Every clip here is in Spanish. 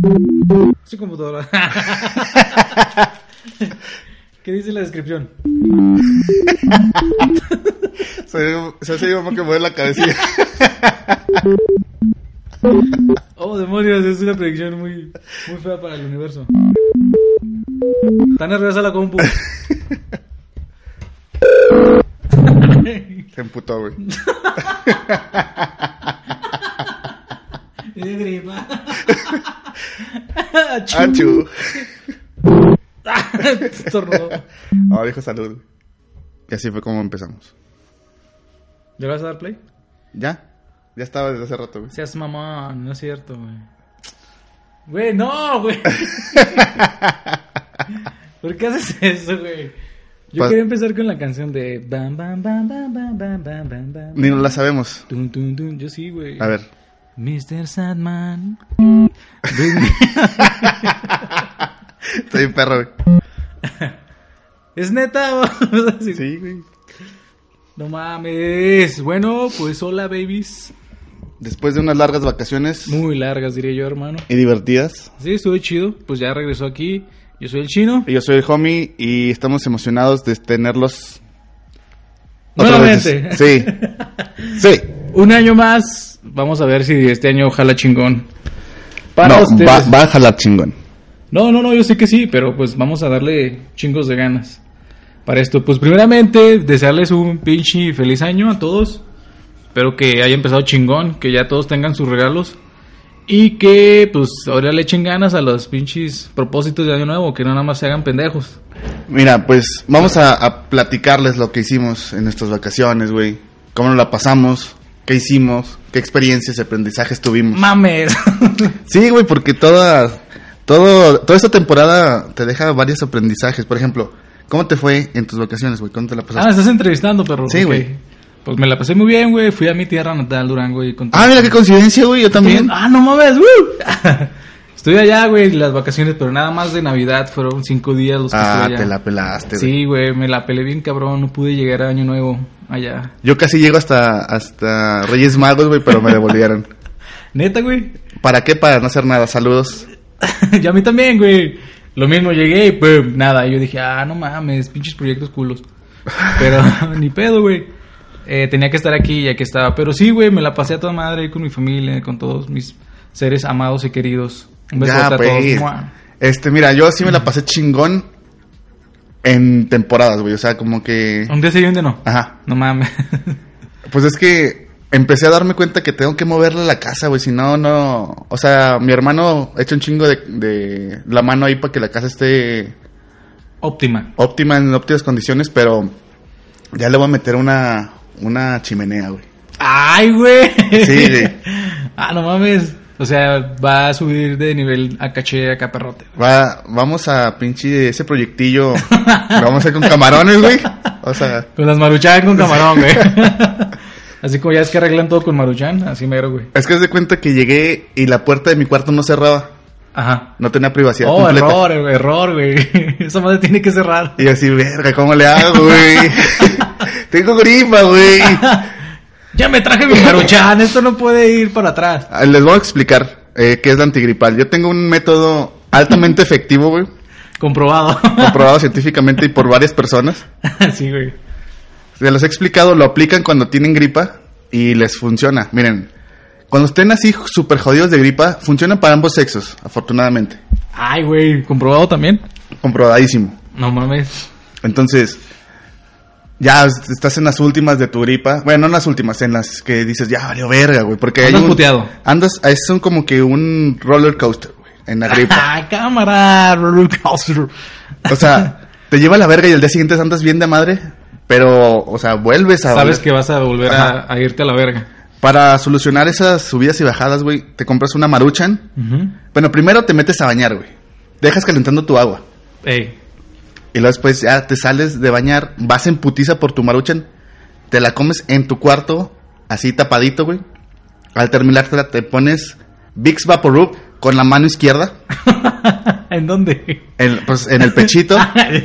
Su computadora. ¿Qué dice la descripción? Se iba que mover la cabecilla. Oh, demonios, es una predicción muy fea para el universo. Está nerviosa la compu. Se emputó, güey. De gripa. Achú. Estornudó. Dijo salud. Y así fue como empezamos. ¿Le vas a dar play? ¿Ya? Ya estaba desde hace rato, güey. Seas mamón, no es cierto, güey. Güey, no, güey. ¿Por qué haces eso, güey? Yo quería empezar con la canción de bam bam bam bam bam bam bam bam bam. Ni nos la sabemos. Tun, tun, tun. Yo sí, güey. A ver. Mr. Sadman. Estoy un perro, güey. ¿Es neta? Sí, güey. No mames. Bueno, pues hola, babies. Después de unas largas vacaciones. Muy largas, diría yo, hermano. Y divertidas. Sí, estuvo chido. Pues ya regresó aquí. Yo soy el Chino. Y yo soy el Homie. Y estamos emocionados de tenerlos. Nuevamente. Sí. Sí. Un año más. Vamos a ver si este año jala chingón. Para ustedes. Va a jalar chingón. No, yo sé que sí, pero pues vamos a darle chingos de ganas para esto. Pues primeramente, desearles un pinche feliz año a todos. Espero que haya empezado chingón, que ya todos tengan sus regalos. Y que pues ahora le echen ganas a los pinches propósitos de año nuevo, que no nada más se hagan pendejos. Mira, pues vamos a platicarles lo que hicimos en nuestras vacaciones, güey. Cómo nos la pasamos, qué hicimos, qué experiencias y aprendizajes tuvimos. ¡Mames! Sí, güey, porque toda esta temporada te deja varios aprendizajes. Por ejemplo, ¿cómo te fue en tus vacaciones, güey? ¿Cómo te la pasaste? Estás entrevistando, perro. Sí, güey. Pues me la pasé muy bien, güey. Fui a mi tierra natal, Durango. Mira qué coincidencia, güey. Yo también. No mames, Estoy allá, güey, las vacaciones, pero nada más de Navidad. Fueron 5 días los que estuve allá. Te la pelaste, güey. Sí, güey, me la pelé bien cabrón. No pude llegar a Año Nuevo allá. Yo casi llego hasta Reyes Magos, güey, pero me devolvieron. ¿Neta, güey? ¿Para qué? Para no hacer nada. Saludos. Y a mí también, güey. Lo mismo, llegué y pum, nada. Yo dije, no mames, pinches proyectos culos. Pero ni pedo, güey. Tenía que estar aquí ya que estaba. Pero sí, güey, me la pasé a toda madre ahí con mi familia, con todos mis seres amados y queridos. Un besote a todos. Mira, yo sí me la pasé chingón en temporadas, güey. O sea, como que... ¿Un día sí y un día no? Ajá. No mames. Pues es que empecé a darme cuenta que tengo que moverle la casa, güey. Si no... O sea, mi hermano ha hecho un chingo de la mano ahí para que la casa esté... Óptima, en óptimas condiciones, pero ya le voy a meter una chimenea, güey. ¡Ay, güey! Sí, güey. No mames. O sea, va a subir de nivel a caché, a caperrote. Vamos a pinche ese proyectillo. Lo vamos a hacer con camarones, güey. O sea... Con las Maruchan con camarón, güey. Así como ya es que arreglan todo con Maruchan, así mero, güey. Es que haz de cuenta que llegué y la puerta de mi cuarto no cerraba. Ajá. No tenía privacidad completa. Error, güey. Esa madre tiene que cerrar. Y así, verga, ¿cómo le hago, güey? Tengo gripa, güey. Ya me traje mi Maruchan, esto no puede ir para atrás. Les voy a explicar qué es la antigripal. Yo tengo un método altamente efectivo, güey. Comprobado científicamente y por varias personas. Sí, güey. Se los he explicado, lo aplican cuando tienen gripa y les funciona. Miren, cuando estén así súper jodidos de gripa, funciona para ambos sexos, afortunadamente. Ay, güey, ¿comprobado también? Comprobadísimo. No mames. Entonces... Ya estás en las últimas de tu gripa. Bueno, no en las últimas, en las que dices, ya valió verga, güey. Porque andas puteado. Son como que un roller coaster, güey, en la gripa. Cámara, roller coaster. O sea, te lleva a la verga y al día siguiente andas bien de madre. Pero, o sea, vuelves a... Sabes que vas a volver a irte a la verga. Para solucionar esas subidas y bajadas, güey, te compras una Maruchan. Bueno, primero te metes a bañar, güey. Dejas calentando tu agua. Y luego después ya te sales de bañar, vas en putiza por tu Maruchan, te la comes en tu cuarto, así tapadito, güey. Al terminártela te pones Vicks Vaporub con la mano izquierda. ¿En dónde? Pues en el pechito.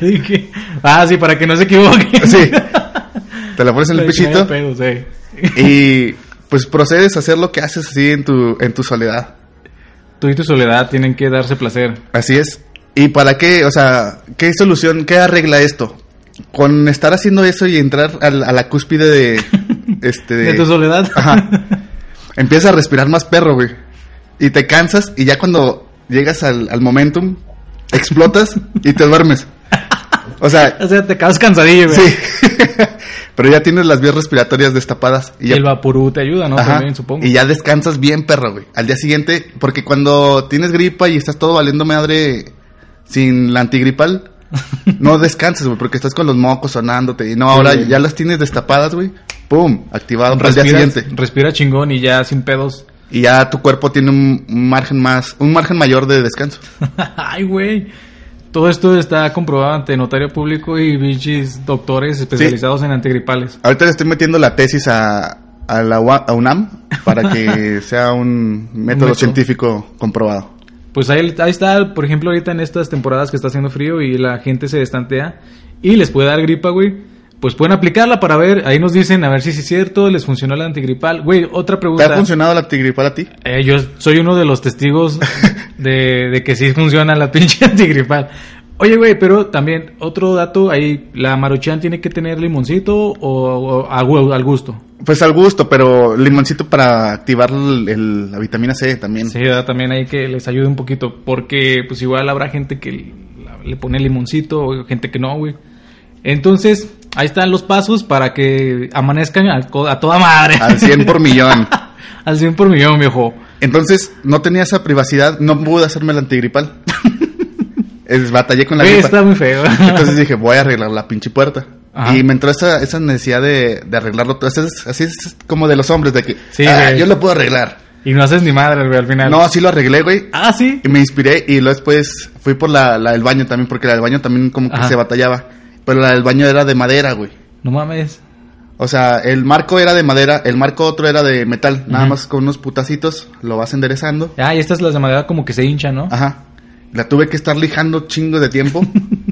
Sí, para que no se equivoque. Sí. Te la pones en el pechito. Y pues procedes a hacer lo que haces así en tu soledad. tú y tu soledad tienen que darse placer. Así es. ¿Y para qué? O sea, ¿qué solución, qué arregla esto? Con estar haciendo eso y entrar a la cúspide de... de tu soledad. Ajá. Empiezas a respirar más perro, güey. Y te cansas y ya cuando llegas al momentum, explotas y te duermes. O sea, te quedas cansadillo, güey. Sí. Pero ya tienes las vías respiratorias destapadas. Y el vaporú te ayuda, ¿no? Ajá. También, supongo. Y ya descansas bien, perro, güey. Al día siguiente, porque cuando tienes gripa y estás todo valiendo madre sin la antigripal, no descansas, güey, porque estás con los mocos sonándote. Y no, ahora ya las tienes destapadas, güey. ¡Pum! Activado para el día siguiente. Respira chingón y ya sin pedos. Y ya tu cuerpo tiene un margen mayor de descanso. Ay, güey. Todo esto está comprobado ante notario público y bichis doctores especializados en antigripales. Ahorita le estoy metiendo la tesis a UNAM para que sea un método científico comprobado. Pues ahí está, por ejemplo, ahorita en estas temporadas que está haciendo frío y la gente se destantea y les puede dar gripa, güey. Pues pueden aplicarla para ver, ahí nos dicen a ver si es cierto, les funcionó la antigripal. Güey, otra pregunta. ¿Te ha funcionado la antigripal a ti? Yo soy uno de los testigos de que sí funciona la pinche antigripal. Oye, güey, pero también otro dato, ahí, ¿la Maruchan tiene que tener limoncito o al gusto? Pues al gusto, pero limoncito para activar la vitamina C también. Sí, también hay que les ayude un poquito, porque pues igual habrá gente que le pone limoncito o gente que no, güey. Entonces, ahí están los pasos para que amanezcan a toda madre. Al 100 por millón. Al 100 por millón, viejo. Entonces, no tenía esa privacidad, no pude hacerme la antigripal. Batallé con la gripa. Está muy feo. Entonces dije, voy a arreglar la pinche puerta. Ajá. Y me entró esa necesidad de arreglarlo todo. Así es como de los hombres, de que sí, yo lo puedo arreglar. Y no haces ni madre, güey, al final. No, sí lo arreglé, güey. Ah, ¿sí? Y me inspiré y luego después fui por la del baño también, porque la del baño también como que se batallaba. Pero la del baño era de madera, güey. No mames. O sea, el marco era de madera, el marco otro era de metal. Nada más con unos putacitos lo vas enderezando. Ah, y estas las de madera como que se hinchan, ¿no? Ajá. La tuve que estar lijando chingo de tiempo.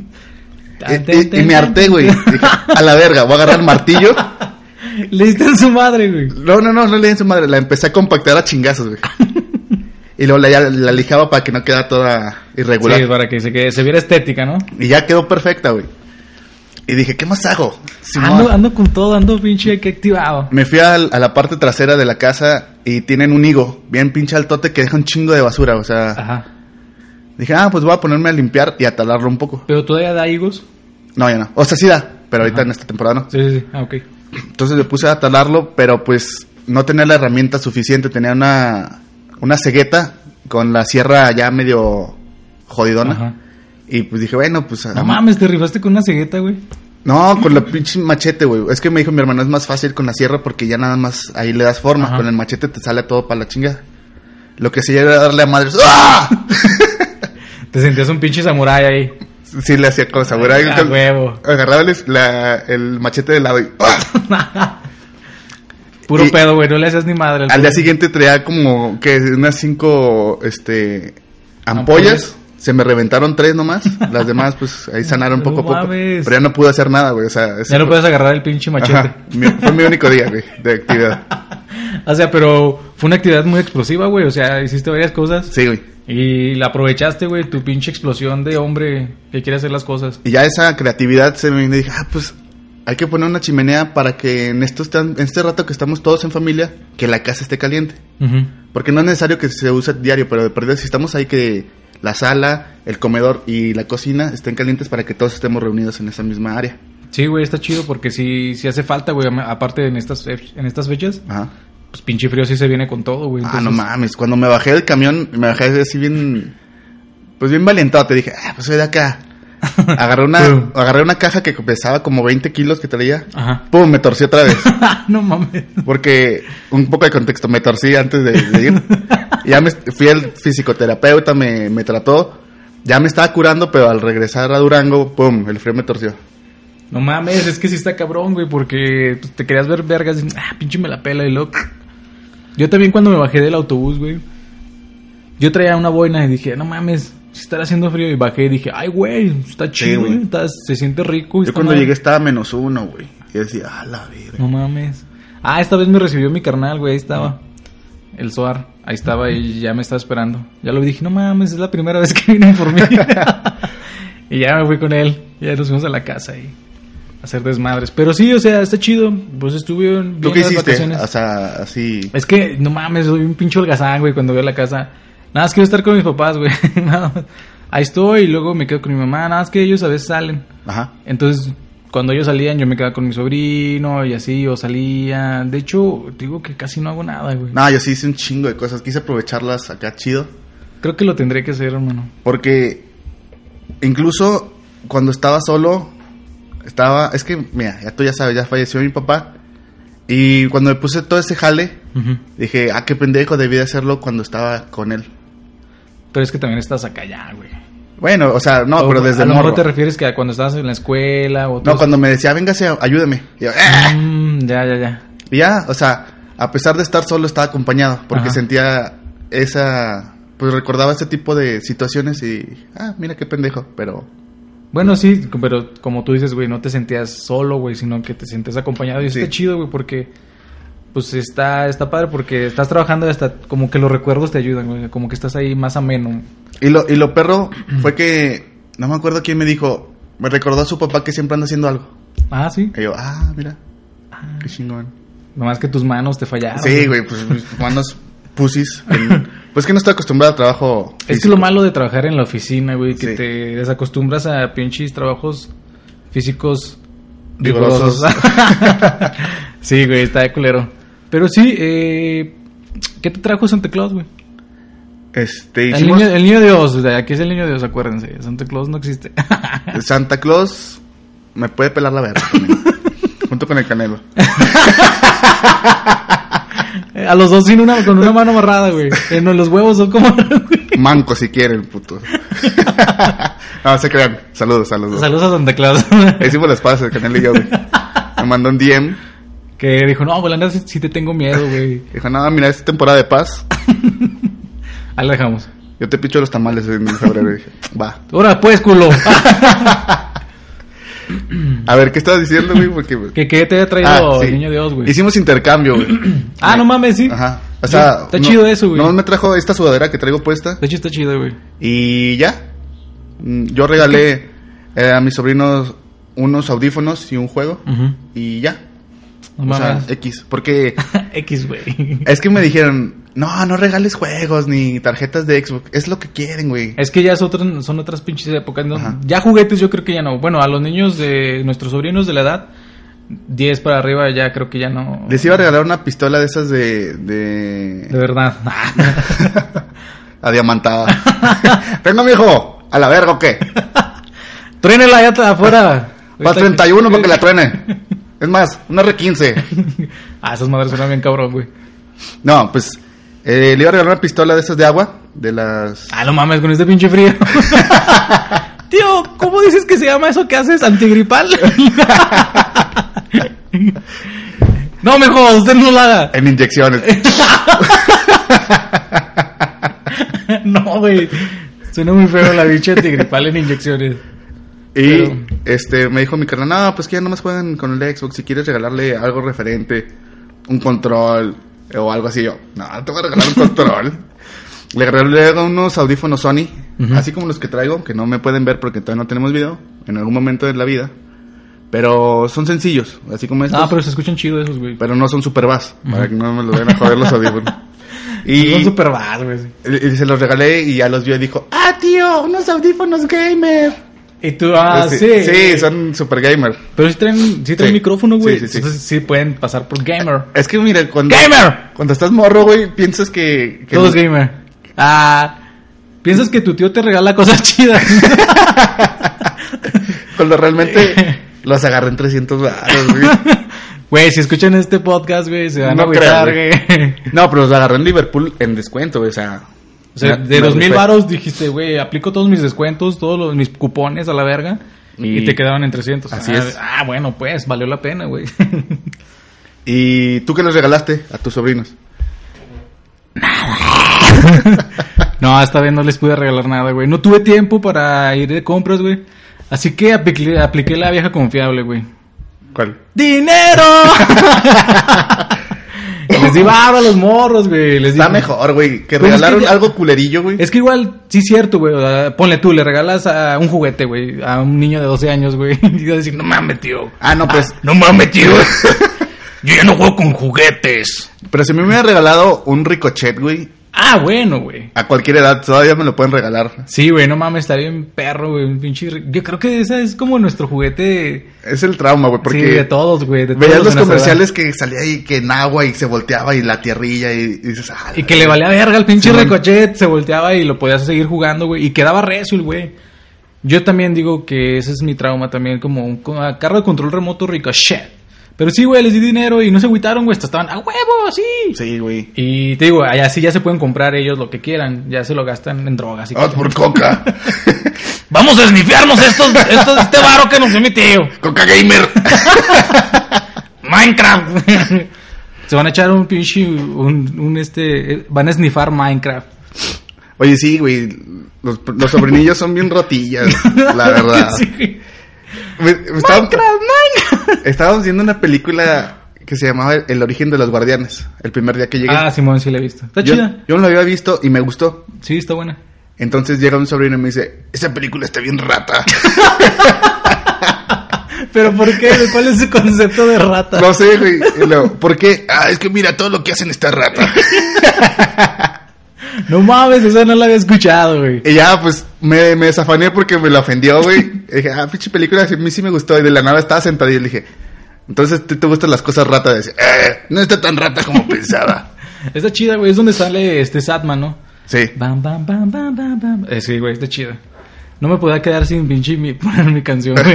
y me harté, güey. Dije, a la verga, voy a agarrar el martillo. Le diste en su madre, güey. No le di en su madre. La empecé a compactar a chingazos, güey. Y luego la lijaba para que no quedara toda irregular. Sí, para que se viera estética, ¿no? Y ya quedó perfecta, güey. Y dije, ¿qué más hago? Ando con todo, ando pinche que activado. Me fui a la parte trasera de la casa y tienen un higo bien pinche altote que deja un chingo de basura, o sea... Ajá. Dije, pues voy a ponerme a limpiar y a talarlo un poco. ¿Pero todavía da higos? No, ya no. O sea, sí da, pero ahorita en esta temporada no. Sí. Ah, ok. Entonces me puse a talarlo, pero pues no tenía la herramienta suficiente. Tenía una cegueta con la sierra ya medio jodidona. Ajá. Y pues dije, bueno, pues... No mames, ¿te rifaste con una cegueta, güey? No, con la pinche machete, güey. Es que me dijo mi hermano, es más fácil con la sierra porque ya nada más ahí le das forma. Ajá. Con el machete te sale todo para la chingada. Lo que hacía era darle a madres. ¡Ah! Te sentías un pinche samurái ahí. Sí, le hacía como samurái. Huevo. Agarraba el machete de lado y... ¡ah! Puro pedo, güey. No le hacías ni madre. Al día siguiente traía como que unas 5 ampollas. Se me reventaron 3 nomás. Las demás, pues, ahí sanaron poco a poco. Pero ya no pude hacer nada, güey. O sea, ya no puedes agarrar el pinche machete. Ajá. Fue mi único día, güey, de actividad. O sea, pero fue una actividad muy explosiva, güey. O sea, hiciste varias cosas. Sí, güey. Y la aprovechaste, güey, tu pinche explosión de hombre que quiere hacer las cosas. Y ya esa creatividad se me vino y dije, pues, hay que poner una chimenea para que en este rato que estamos todos en familia, que la casa esté caliente. Uh-huh. Porque no es necesario que se use diario, pero de perder si estamos ahí que... la sala, el comedor y la cocina estén calientes para que todos estemos reunidos en esa misma área. Sí, güey, está chido porque si hace falta, güey, aparte en estas fechas, ajá, pues pinche frío sí se viene con todo, güey. Entonces... no mames, cuando me bajé del camión, me bajé así bien valientado, te dije, pues soy de acá. Agarré una caja que pesaba como 20 kilos que traía. Ajá. Pum, me torcí otra vez. No mames. Porque, un poco de contexto, me torcí antes de ir. Ya fui al fisioterapeuta, me trató. Ya me estaba curando, pero al regresar a Durango, pum, el frío me torció. No mames, es que sí está cabrón, güey, porque te querías ver vergas y, pinche me la pela y loco. Yo también cuando me bajé del autobús, güey, yo traía una boina y dije, no mames, si estará haciendo frío, y bajé y dije, ay, güey, está chido, güey, se siente rico. Yo cuando llegué estaba -1, güey, y decía, la verga. No mames. Esta vez me recibió mi carnal, güey, ahí estaba. El Soar. Ahí estaba y ya me estaba esperando. Ya lo dije, no mames, es la primera vez que vienen por mí. Y ya me fui con él. Ya nos fuimos a la casa y a hacer desmadres. Pero sí, o sea, está chido. Pues estuve bien. ¿Tú qué hiciste? O sea, así... Es que, no mames, soy un pinche holgazán, güey, cuando voy a la casa. Nada más quiero estar con mis papás, güey. Ahí estoy y luego me quedo con mi mamá. Nada más que ellos a veces salen. Ajá. Entonces, cuando ellos salían, yo me quedaba con mi sobrino y así, o salía. De hecho, digo que casi no hago nada, güey. No, yo sí hice un chingo de cosas. Quise aprovecharlas acá chido. Creo que lo tendré que hacer, hermano. Porque incluso cuando estaba solo, es que, mira, ya tú ya sabes, ya falleció mi papá. Y cuando me puse todo ese jale, dije, qué pendejo, debí de hacerlo cuando estaba con él. Pero es que también estás acá ya, güey. Bueno, o sea, no, pero desde a lo morro. mejor te refieres que a cuando estabas en la escuela o... No, cuando me decía, véngase, ayúdeme. Y yo, Ya. Y ya, o sea, a pesar de estar solo, estaba acompañado. Porque sentía esa... Pues recordaba ese tipo de situaciones y... mira qué pendejo, pero... Bueno, sí, pero como tú dices, güey, no te sentías solo, güey, sino que te sientes acompañado. Y eso está chido, güey, porque... Pues está padre porque estás trabajando y hasta como que los recuerdos te ayudan, güey. Como que estás ahí más ameno. Y lo perro fue que... No me acuerdo quién me dijo... Me recordó a su papá que siempre anda haciendo algo. Ah, ¿sí? Y yo, mira. Qué chingón. Nomás que tus manos te fallaron. Sí, güey, pues mis manos pusis. Pues que no estoy acostumbrado a trabajo físico. Es que lo malo de trabajar en la oficina, güey, que te desacostumbras a pinches trabajos físicos rigurosos. Sí, güey, está de culero. Pero sí, ¿qué te trajo Santa Claus, güey? El niño Dios, o sea, aquí es el niño Dios, acuérdense. Santa Claus no existe. Santa Claus me puede pelar la verga. Junto con el Canelo. A los dos con una mano amarrada, güey. Los huevos son como... Manco si quieren, puto. No, se crean. Saludos. Saludos a Santa Claus. Hicimos las pases, el Canelo y yo, güey. Me mandó un DM. Que dijo, no, pues la neta sí te tengo miedo, güey. Dijo, no, mira, es temporada de paz. Ahí la dejamos. Yo te picho los tamales en febrero. Y dije, va. Ahora pues, culo. A ver, ¿qué estabas diciendo, güey? Porque... ¿Qué te había traído el niño Dios, güey? Hicimos intercambio, güey. No mames, sí. Ajá. O sea, está chido eso, güey. No me trajo esta sudadera que traigo puesta. De hecho, está chido, güey. Y ya. Yo regalé a mis sobrinos unos audífonos y un juego. Y ya. No, o sea, X, porque... X, güey. Es que me dijeron, no regales juegos ni tarjetas de Xbox. Es lo que quieren, güey. Es que ya son otras pinches épocas, ¿no? Ya juguetes yo creo que ya no. Bueno, a los niños de nuestros sobrinos de la edad, 10 para arriba ya creo que ya no. Les iba a regalar una pistola de esas de... De verdad. Adiamantada. Venga, mijo, a la verga, ¿o qué? Truénela ya afuera. Para 31 para que la truene. Es más, una R15. Esas madres suenan bien cabrón, güey. No, pues le iba a regalar una pistola de esas de agua. De las... No mames, con este pinche frío. Tío, ¿cómo dices que se llama eso que haces? ¿Antigripal? No, mejor, usted no lo haga. En inyecciones. No, güey. Suena muy feo la bicha antigripal en inyecciones. Y me dijo mi carnal, no, pues que ya nomás juegan con el Xbox. Si quieres regalarle algo referente, un control o algo así. Yo, no te voy a regalar un control. Le regalé unos audífonos Sony, así como los que traigo, que no me pueden ver porque todavía no tenemos video, en algún momento de la vida. Pero son sencillos, así como estos. Pero se escuchan chido esos, güey. Pero no son super bass, para que no me los vayan a joder los audífonos. Y son super bass, güey. Y se los regalé y ya los vio y dijo, tío, unos audífonos gamer. Y tú, sí. Sí, son super gamer. Pero sí traen micrófono, güey. Sí. Entonces sí pueden pasar por gamer. Es que mira, ¡gamer! Cuando estás morro, güey, piensas que todo es gamer. Piensas que tu tío te regala cosas chidas. Cuando realmente los agarré en 300 baros, güey. Güey, si escuchan este podcast, güey, se van a agüitar, güey. No, pero los agarré en Liverpool en descuento, güey, O sea, de 2,000 varos dijiste, güey, aplico todos mis descuentos, todos mis cupones a la verga. Y te quedaban en 300. Así es. Bueno, pues, valió la pena, güey. ¿Y tú qué les regalaste a tus sobrinos? Nada. No, esta vez no les pude regalar nada, güey. No tuve tiempo para ir de compras, güey. Así que apliqué la vieja confiable, güey. ¿Cuál? ¡Dinero! Les di barro a los morros, güey. Está mejor, güey, que regalaron algo culerillo, güey. Es que igual, sí es cierto, güey. Ponle tú, le regalas a un juguete, güey, a un niño de 12 años, güey. Y vas a decir, no mames, tío. No, pues. No mames, tío. Yo ya no juego con juguetes. Pero si me hubiera regalado un Ricochet, güey. Bueno, güey. A cualquier edad, todavía me lo pueden regalar. Sí, güey, no mames, estaría bien perro, güey. Un pinche... Yo creo que esa es como nuestro juguete. Es el trauma, güey, porque... Sí, de todos, güey. Veías los comerciales que salía ahí, que en agua y se volteaba y la tierrilla y dices... y que le valía verga al pinche Ricochet, se volteaba y lo podías seguir jugando, güey. Y quedaba recio el güey. Yo también digo que ese es mi trauma también, como un carro de control remoto Ricochet. Pero sí, güey, les di dinero y no se agüitaron, güey. Estaban a huevo, sí. Sí, güey. Y te digo, allá sí ya se pueden comprar ellos lo que quieran. Ya se lo gastan en drogas. Por coca. Vamos a esnifiarnos este varo que nos dio mi tío. Coca Gamer. Minecraft. Se van a echar un pinche... van a snifar Minecraft. Oye, sí, güey. Los sobrinillos son bien rotillas, la verdad. Sí. Minecraft. Estábamos viendo una película que se llamaba El origen de los guardianes, el primer día que llegué. Simón, sí la he visto. Está chida. Yo no la había visto y me gustó. Sí, está buena. Entonces llega un sobrino y me dice, esa película está bien rata. ¿Pero por qué? ¿Cuál es el concepto de rata? No sé, güey. ¿Por qué? Es que mira, todo lo que hacen está rata. No mames, esa no la había escuchado, güey. Y ya, pues, me desafané porque me la ofendió, güey. Y dije, pinche película, a mí sí me gustó. Y de la nada estaba sentado y le dije, entonces, ¿te gustan las cosas ratas? Y decía, no está tan rata como pensaba. Está chida, güey, es donde sale Satman, ¿no? Sí. Bam, bam, bam, bam, bam, bam. Sí, güey, está chida. No me podía quedar sin pinche poner mi canción, güey.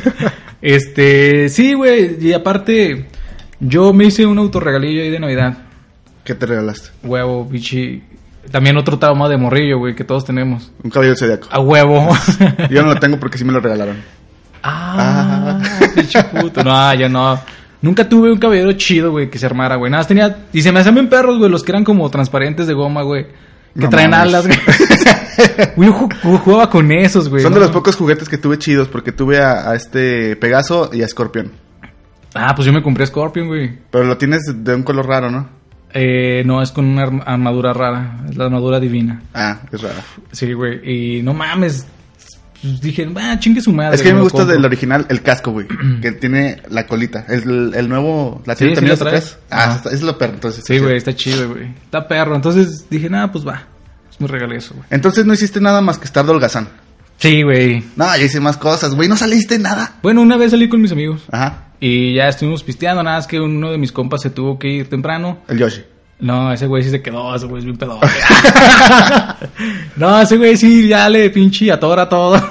Sí, güey, y aparte, yo me hice un autorregalillo ahí de Navidad. ¿Qué te regalaste? Huevo, pinche... También otro trauma de morrillo, güey, que todos tenemos. Un cabello zodiaco. A huevo. Yo no lo tengo porque sí me lo regalaron. Pinche puto. No, ya no. Nunca tuve un caballero chido, güey, que se armara, güey. Nada, tenía... Y se me hacían bien perros, güey, los que eran como transparentes de goma, güey. Que no traen alas, güey. Yo jugaba con esos, güey. Son de los pocos juguetes que tuve chidos, porque tuve a Pegaso y a Scorpion. Pues yo me compré Scorpion, güey. Pero lo tienes de un color raro, ¿no? No, es con una armadura rara. Es la armadura divina. Es rara. Sí, güey. Y no mames. Pues dije, chingue su madre. Es que a mí me gusta del original el casco, güey. Que tiene la colita. El nuevo... ¿La tiene también atrás? Es lo perro, entonces. Sí, güey, está chido, güey. Está perro. Entonces dije, pues va. Me regalé eso, güey. Entonces no hiciste nada más que estar de holgazán. Sí, güey. No, yo hice más cosas, güey. No saliste nada. Bueno, una vez salí con mis amigos. Ajá. Y ya estuvimos pisteando. Nada, es que uno de mis compas se tuvo que ir temprano. El Yoshi. No, ese güey sí se quedó. Ese güey es bien pedo. No, ese güey sí ya le pinche atora todo.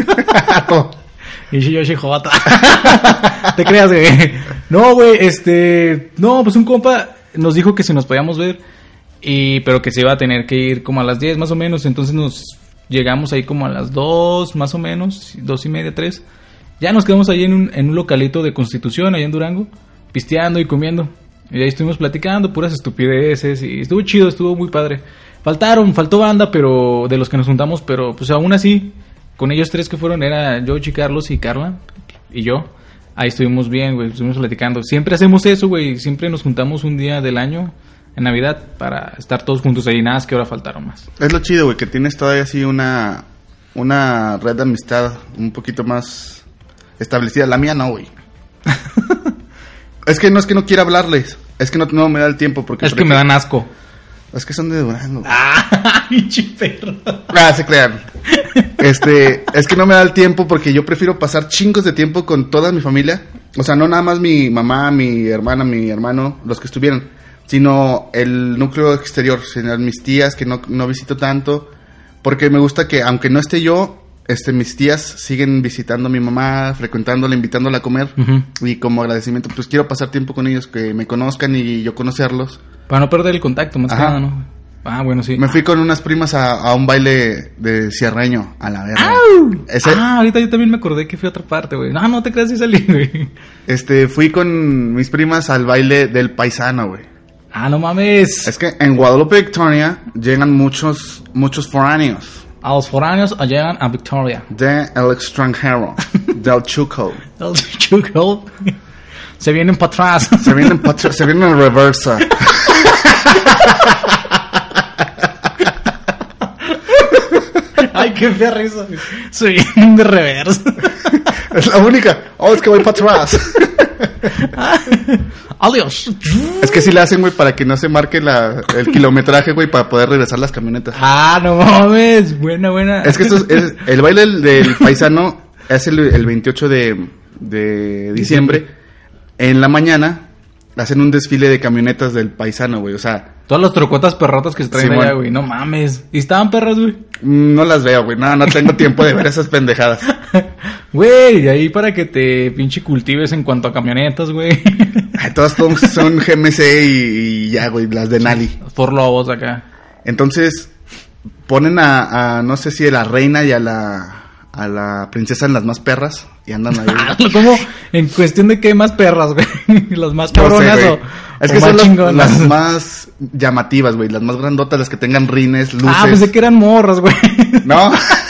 Y Yoshi Jota. ¿Te creas, güey? No, güey, no, pues un compa nos dijo que si nos podíamos ver. Pero que se iba a tener que ir como a las 10 más o menos. Entonces nos llegamos ahí como a las 2 más o menos. 2:30, 3. Ya nos quedamos ahí en un localito de Constitución, allá en Durango, pisteando y comiendo. Y ahí estuvimos platicando, puras estupideces. Y estuvo chido, estuvo muy padre. Faltó banda, pero de los que nos juntamos. Pero pues aún así, con ellos tres que fueron, era Yoshi, Carlos y Carla. Y yo. Ahí estuvimos bien, güey, estuvimos platicando. Siempre hacemos eso, güey. Siempre nos juntamos un día del año, en Navidad, para estar todos juntos ahí. Nada, es que ahora faltaron más. Es lo chido, güey, que tienes todavía así una red de amistad un poquito más establecida. La mía no, güey. Es que no quiera hablarles. Es que no me da el tiempo. Porque es que me dan asco. Es que son de Durango. Pinche perro. Se crean. Es que no me da el tiempo porque yo prefiero pasar chingos de tiempo con toda mi familia. O sea, no nada más mi mamá, mi hermana, mi hermano, los que estuvieron, sino el núcleo exterior, sino mis tías que no visito tanto, porque me gusta que aunque no esté yo, mis tías siguen visitando a mi mamá, frecuentándola, invitándola a comer. Uh-huh. Y como agradecimiento, pues quiero pasar tiempo con ellos, que me conozcan y yo conocerlos. Para no perder el contacto, más que nada, ¿no? Bueno, sí. Me fui con unas primas a un baile de cierreño, a la verga. Ahorita yo también me acordé que fui a otra parte, güey. No te creas si salí, güey. Fui con mis primas al baile del paisano, güey. No mames. Es que en Guadalupe, Victoria, llegan muchos foráneos. A los foráneos llegan a Victoria. El extranjero. Del Chuco. Del Chuco. Se vienen para atrás. Se vienen en reversa. Ay, qué fea risa. Soy de reversa. Es la única. Oh, es que voy para atrás. Adiós. Es que sí le hacen, güey, para que no se marque el kilometraje, güey, para poder regresar las camionetas. Ah, no mames. Buena. Es que el baile del paisano es el 28 de diciembre. En la mañana hacen un desfile de camionetas del paisano, güey, o sea... Todas las trocotas perrotas que se traen allá, güey, no mames. ¿Y estaban perras, güey? No las veo, güey, no tengo tiempo de ver esas pendejadas. Güey, ahí para que te pinche cultives en cuanto a camionetas, güey. Ay, todas son GMC y ya, güey, las de Nali. Por lobos acá. Entonces, ponen a no sé si a la reina y a la princesa en las más perras y andan ahí. ¿Cómo? En cuestión de qué más perras, güey. Las más cabronas no sé, o es o que más son las más llamativas, güey, las más grandotas, las que tengan rines, luces. Ah, pensé que eran morras, güey. No.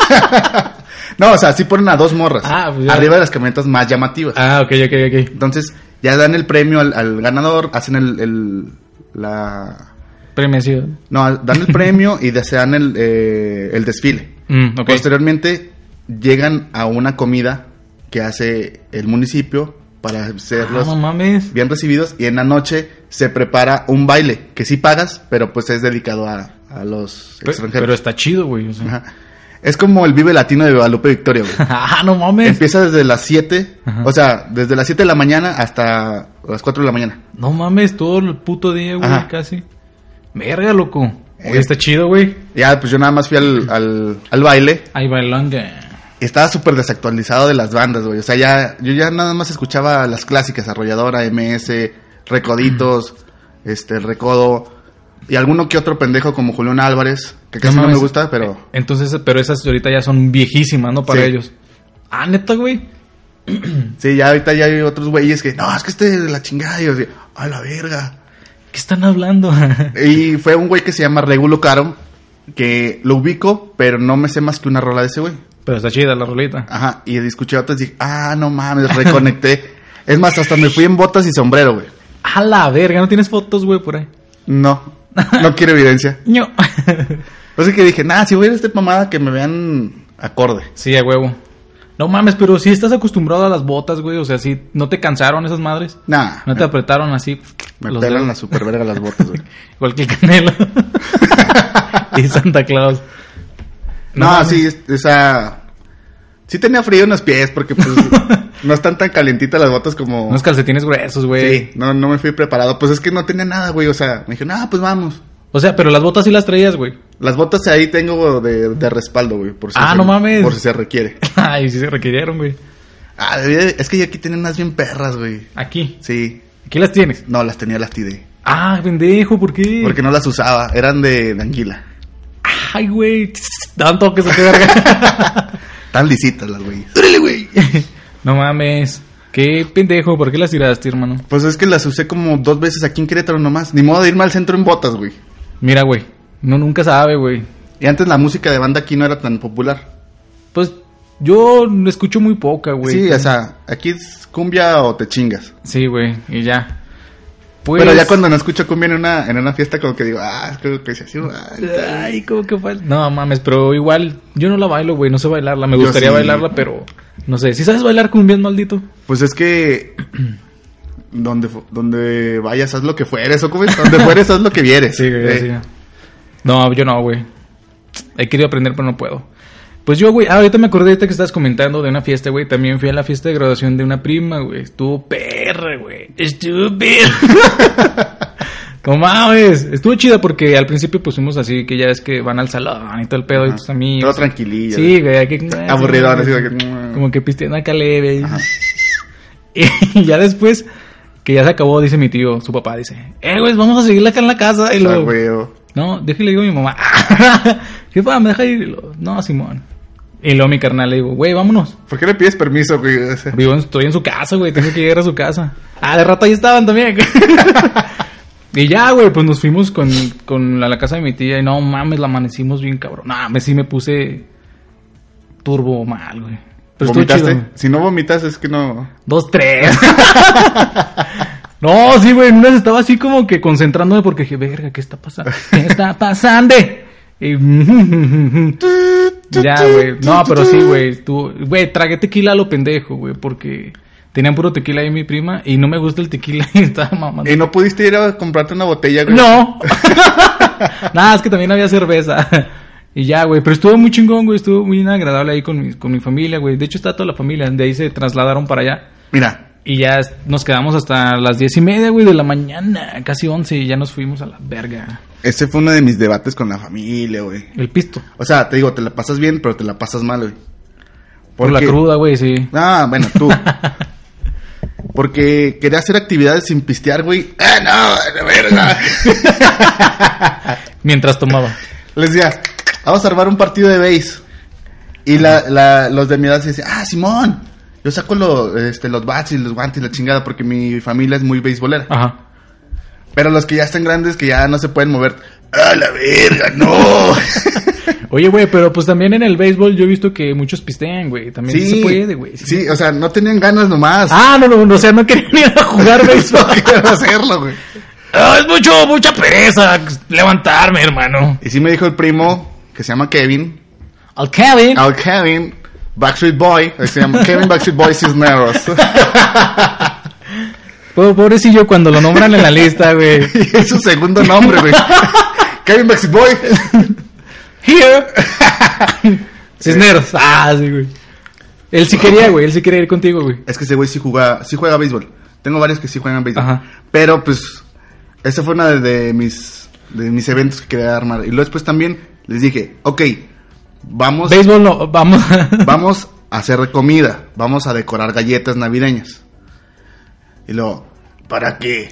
No, o sea, sí ponen a dos morras. Ah, pues ya. Arriba de las camionetas más llamativas. Ah, ok. Entonces, ya dan el premio al ganador, hacen la Premiación. No, dan el premio y desean el desfile. Okay. Posteriormente llegan a una comida que hace el municipio para serlos no mames. bien recibidos, y en la noche se prepara un baile que sí pagas, pero pues es dedicado a los extranjeros. Pero está chido, güey. O sea. Ajá. Es como el Vive Latino de Guadalupe Victoria, güey. Ah, no mames. Empieza desde las 7, o sea, desde las 7 de la mañana hasta las 4 de la mañana. No mames, todo el puto día, güey, casi. Verga, loco. Oye, está chido, güey. Ya, pues yo nada más fui al baile. Ay, bailanga. Estaba súper desactualizado de las bandas, güey. O sea, yo ya nada más escuchaba las clásicas, Arrolladora, MS, Recoditos, Recodo, y alguno que otro pendejo como Julián Álvarez, que casi no me gusta, pero... Entonces, pero esas ahorita ya son viejísimas, ¿no? Para ellos. Ah, neta, güey. Sí, ya ahorita ya hay otros güeyes que, no, es que de la chingada, y yo así, a la verga. ¿Qué están hablando? Y fue un güey que se llama Regulo Caro, que lo ubico, pero no me sé más que una rola de ese güey. Pero está chida la rolita. Ajá, y escuché otras y dije, no mames, reconecté. Es más, hasta me fui en botas y sombrero, güey. A la verga, ¿no tienes fotos, güey, por ahí? No quiero evidencia. No. O sea que dije, si voy a ir a esta mamada, que me vean acorde. Sí, a huevo. No mames, pero si estás acostumbrado a las botas, güey, o sea, si no te cansaron esas madres. Nah. No te apretaron así. Me pelan la super verga las botas, güey. Igual que el Canelo. Y Santa Claus. No, sí, esa... Sí tenía frío en los pies, porque pues no están tan calientitas las botas como... Unos calcetines gruesos, güey. Sí, no me fui preparado. Pues es que no tenía nada, güey, o sea, me dije, pues vamos. O sea, pero las botas sí las traías, güey. Las botas ahí tengo de respaldo, güey. Por si no mames. Por si se requiere. Ay, sí se requirieron, güey. Es que aquí tienen unas bien perras, güey. ¿Aquí? Sí. ¿Aquí las tienes? No, las tiré. Ah, pendejo, ¿por qué? Porque no las usaba, eran de anguila. Ay, güey. Dan toques, qué verga. Tan lisitas las güeyes. ¡Órale, güey! No mames. Qué pendejo, ¿por qué las tiraste, hermano? Pues es que las usé como 2 veces aquí en Querétaro nomás. Ni modo de irme al centro en botas, güey. Mira, güey, uno nunca sabe, güey. Y antes la música de banda aquí no era tan popular. Pues yo escucho muy poca, güey. Sí, o sea, aquí es cumbia o te chingas. Sí, güey, y ya. Pues... Pero ya cuando no escucho cumbia en una fiesta, como que digo, es que se así. Ay, ¿cómo que fue? No mames, pero igual, yo no la bailo, güey, no sé bailarla. Me gustaría bailarla, pero no sé. ¿Sí sabes bailar cumbia, maldito? Pues es que... Donde vayas, haz lo que fueres, o como es, donde fueres, haz lo que vieres. Sí, güey, sí. No, yo no, güey. He querido aprender, pero no puedo. Pues yo, güey, ahorita me acordé que estabas comentando de una fiesta, güey. También fui a la fiesta de graduación de una prima, güey. Estuvo perra, güey. Estuvo perra. No mames. Estuvo chida porque al principio pusimos así, que ya es que van al salón y todo el pedo y tus amigos. Todo tranquilillo. Sí, güey. Aburrido, así como que pisteando acá leve. Y ya después, que ya se acabó, dice mi tío, su papá, dice, güey, vamos a seguirla acá en la casa. Y luego, no, déjale, digo a mi mamá. ¿Qué pa? ¿Me deja ir? Y luego, no, Simón. Y luego mi carnal le digo, güey, vámonos. ¿Por qué le pides permiso, güey? Estoy en su casa, güey, tengo que llegar a su casa. De rato ahí estaban también. Y ya, güey, pues nos fuimos con la casa de mi tía. Y no mames, la amanecimos bien cabrón. No, sí me puse turbo mal, güey. Pero ¿vomitaste? Chido, si no vomitas es que no... 2, 3. No, sí, güey, en una estaba así como que concentrándome porque dije, verga, ¿qué está pasando? ¿Qué está pasando? Y... ya, güey. No, pero sí, güey. Güey, tragué tequila a lo pendejo, güey, porque tenían puro tequila ahí mi prima y no me gusta el tequila y estaba mamando. ¿Y no pudiste ir a comprarte una botella, güey? No. Nada, es que también había cerveza. Y ya, güey, pero estuvo muy chingón, güey, estuvo muy agradable ahí con mi familia, güey. De hecho, está toda la familia, de ahí se trasladaron para allá. Mira. Y ya nos quedamos hasta las 10:30, güey, de la mañana, casi 11, y ya nos fuimos a la verga. Ese fue uno de mis debates con la familia, güey. El pisto. O sea, te digo, te la pasas bien, pero te la pasas mal, güey. Por la cruda, güey, sí. Ah, bueno, tú. Porque quería hacer actividades sin pistear, güey. ¡Ah, no! ¡La verga! Mientras tomaba. Les decía, vamos a armar un partido de base. Y los de mi edad se decían, Simón, yo saco los bats y los guantes y la chingada porque mi familia es muy beisbolera. Ajá. Pero los que ya están grandes, que ya no se pueden mover, ¡ah, la verga, no! Oye, güey, pero pues también en el béisbol yo he visto que muchos pistean, güey. También sí, se puede, güey. Sí, o sea, no tenían ganas nomás. No, o sea, no querían ir a jugar béisbol. No querían hacerlo, güey. Es mucha pereza levantarme, hermano. Y sí me dijo el primo, que se llama Kevin. Al Kevin, Backstreet Boy. Se llama Kevin Backstreet Boy Cisneros. Pobrecillo cuando lo nombran en la lista, güey. Y es su segundo nombre, güey. Kevin Backstreet Boy. Here. Cisneros. Sí, güey. Él sí quería, güey. Él sí quería ir contigo, güey. Es que ese güey sí juega béisbol. Tengo varios que sí juegan béisbol. Ajá. Pero, pues, esa fue una de mis eventos que quería armar. Y luego después también les dije, ok, vamos... Béisbol no, vamos... vamos a hacer comida. Vamos a decorar galletas navideñas. Y luego, ¿para qué?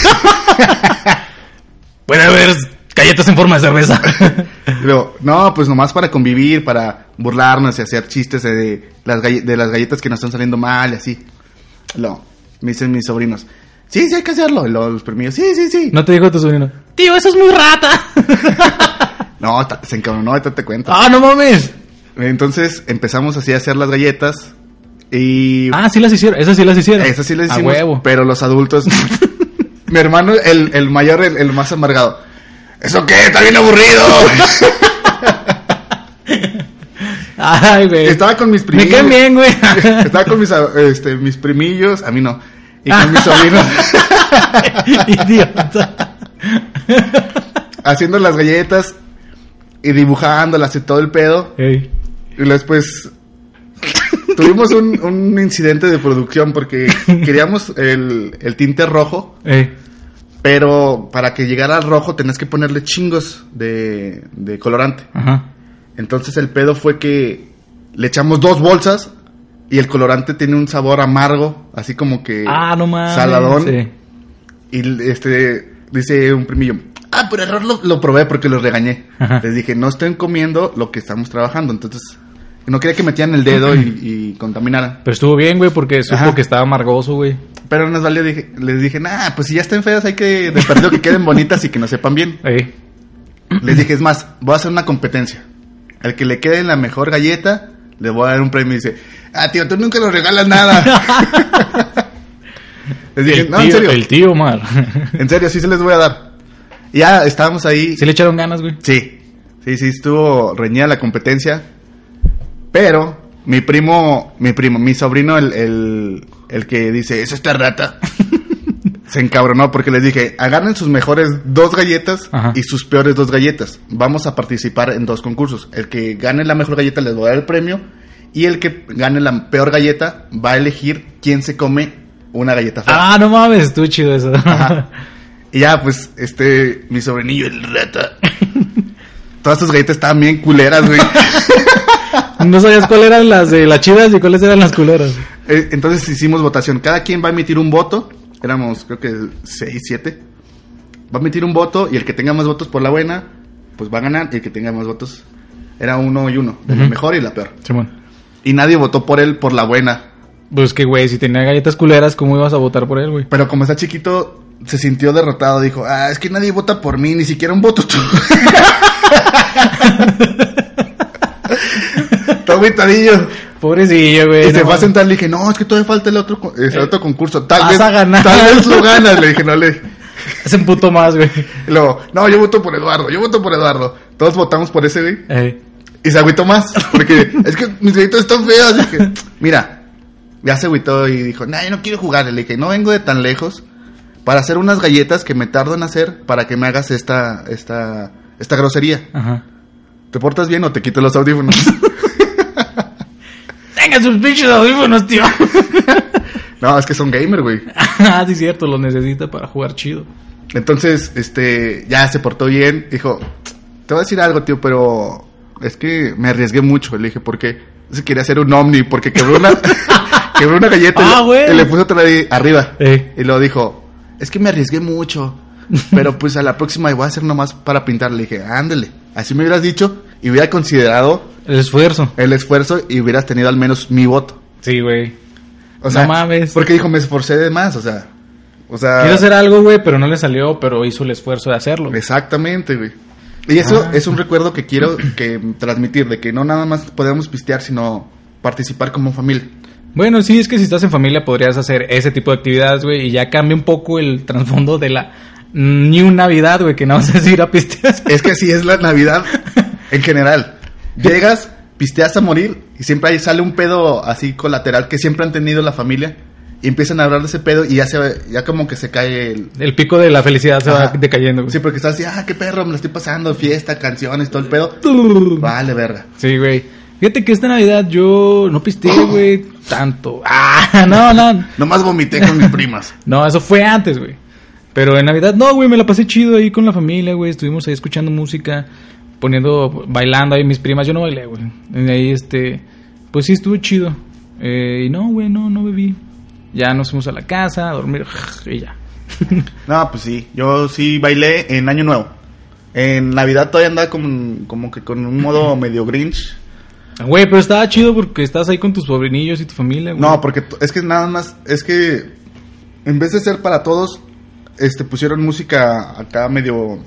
Puede haber galletas en forma de cerveza. Y luego, no, pues nomás para convivir, para burlarnos y hacer chistes de las galletas que nos están saliendo mal y así. Y luego, me dicen mis sobrinos, sí, hay que hacerlo. Y luego los primillos, sí. ¿No te dijo tu sobrino? Tío, eso es muy rata. No, se encabronó, ahorita te cuento. No mames. Entonces empezamos así a hacer las galletas. Y... sí las hicieron. Esas sí las hicieron. Esas sí las hicimos. A huevo. Pero los adultos... Mi hermano, el mayor, el más amargado. ¿Eso qué? ¡Está bien aburrido! Ay, güey. Estaba con mis primillos. Me quedan bien, güey. Estaba con mis primillos. A mí no. Y con mis sobrinos. Idiota. Haciendo las galletas y dibujándolas y todo el pedo. Ey. Y después... Tuvimos un incidente de producción porque queríamos el tinte rojo. Pero para que llegara al rojo tenías que ponerle chingos de colorante. Ajá. Entonces el pedo fue que le echamos 2 bolsas y el colorante tiene un sabor amargo, así como que no mames, saladón. Sí. Y dice un primillo, por error lo probé porque los regañé. Ajá. Les dije, no estén comiendo lo que estamos trabajando. Entonces no quería que metieran el dedo y contaminaran. Pero estuvo bien, güey, porque supo que estaba amargoso, güey. Pero nos valió, les dije, pues si ya están feas hay que de perdido que queden bonitas y que nos sepan bien. Les dije, es más, voy a hacer una competencia. Al que le quede la mejor galleta, le voy a dar un premio. Y dice, tío, tú nunca nos regalas nada. Les dije, en serio. El tío Omar. En serio, sí se les voy a dar. Y ya estábamos ahí. ¿Sí le echaron ganas, güey? Sí, estuvo reñida la competencia. Pero mi sobrino, el que dice, ¿es esta rata? Se encabronó porque les dije, agarren sus mejores 2 galletas. Ajá. Y sus peores 2 galletas. Vamos a participar en 2 concursos. El que gane la mejor galleta les voy a dar el premio. Y el que gane la peor galleta va a elegir quién se come una galleta fea. No mames, estuvo chido eso. Ajá. Y ya, pues, mi sobrinillo, el rata. Todas tus galletas estaban bien culeras, güey. No sabías cuáles eran las de las chidas y cuáles eran las culeras. Entonces hicimos votación. Cada quien va a emitir un voto. Éramos, creo que 6, 7. Va a emitir un voto y el que tenga más votos por la buena, pues va a ganar. Y el que tenga más votos, era 1 y 1. De la mejor y la peor. Simón. Y nadie votó por él por la buena. Pues que, güey, si tenía galletas culeras, ¿cómo ibas a votar por él, güey? Pero como está chiquito, se sintió derrotado. Dijo, es que nadie vota por mí, ni siquiera un voto tú. Está agüitadillo. Pobrecillo, güey. Y se fue a sentar, le dije, no, es que todavía falta el otro concurso. Tal vez lo ganas, le dije, no le... Es un puto más, güey. Y luego, no, yo voto por Eduardo. Todos votamos por ese, güey. Y se agüitó más, porque es que mis galletas están feas. Dije, mira, ya se agüitó y dijo, no, yo no quiero jugar. Le dije, no vengo de tan lejos para hacer unas galletas que me tardo en hacer para que me hagas esta grosería. Ajá. ¿Te portas bien o te quito los audífonos? Tenga sus pinches audífonos, tío. No, es que son gamer, güey. Ah, sí, cierto, los necesita para jugar chido. Entonces, ya se portó bien. Dijo, te voy a decir algo, tío, pero es que me arriesgué mucho. Le dije, ¿por qué? Se quería hacer un Omni porque quebró una galleta y le puso otra de arriba. Y luego dijo, es que me arriesgué mucho, pero pues a la próxima voy a hacer nomás para pintar. Le dije, ándale, así me hubieras dicho y hubiera considerado el esfuerzo y hubieras tenido al menos mi voto. Sí, güey. O sea, no mames. Porque dijo, me esforcé de más, o sea... Quiero hacer algo, güey, pero no le salió, pero hizo el esfuerzo de hacerlo. Exactamente, güey. Y eso es un recuerdo que quiero transmitir, de que no nada más podemos pistear, sino participar como familia. Bueno, sí, es que si estás en familia podrías hacer ese tipo de actividades, güey, y ya cambia un poco el trasfondo de la New Navidad, güey, que no vas a ir a pistear. Es que así es la Navidad en general. Llegas, pisteas a morir y siempre ahí sale un pedo así colateral que siempre han tenido la familia. Y empiezan a hablar de ese pedo y ya como que se cae el pico de la felicidad se va decayendo, güey. Sí, porque estás así, qué perro, me lo estoy pasando, fiesta, canciones, todo el pedo. Vale, verga. Sí, güey. Fíjate que esta Navidad yo no pisteé, güey, tanto. No. Nomás vomité con mis primas. No, eso fue antes, güey. Pero en Navidad, no, güey, me la pasé chido ahí con la familia, güey. Estuvimos ahí escuchando música, bailando ahí mis primas. Yo no bailé, güey. Ahí, pues sí, estuvo chido. Y no, güey, no bebí. Ya nos fuimos a la casa a dormir y ya. No, pues sí. Yo sí bailé en Año Nuevo. En Navidad todavía andaba como que con un modo medio Grinch. Güey, pero estaba chido porque estás ahí con tus sobrinillos y tu familia, güey. No, porque es que nada más... Es que en vez de ser para todos, pusieron música acá medio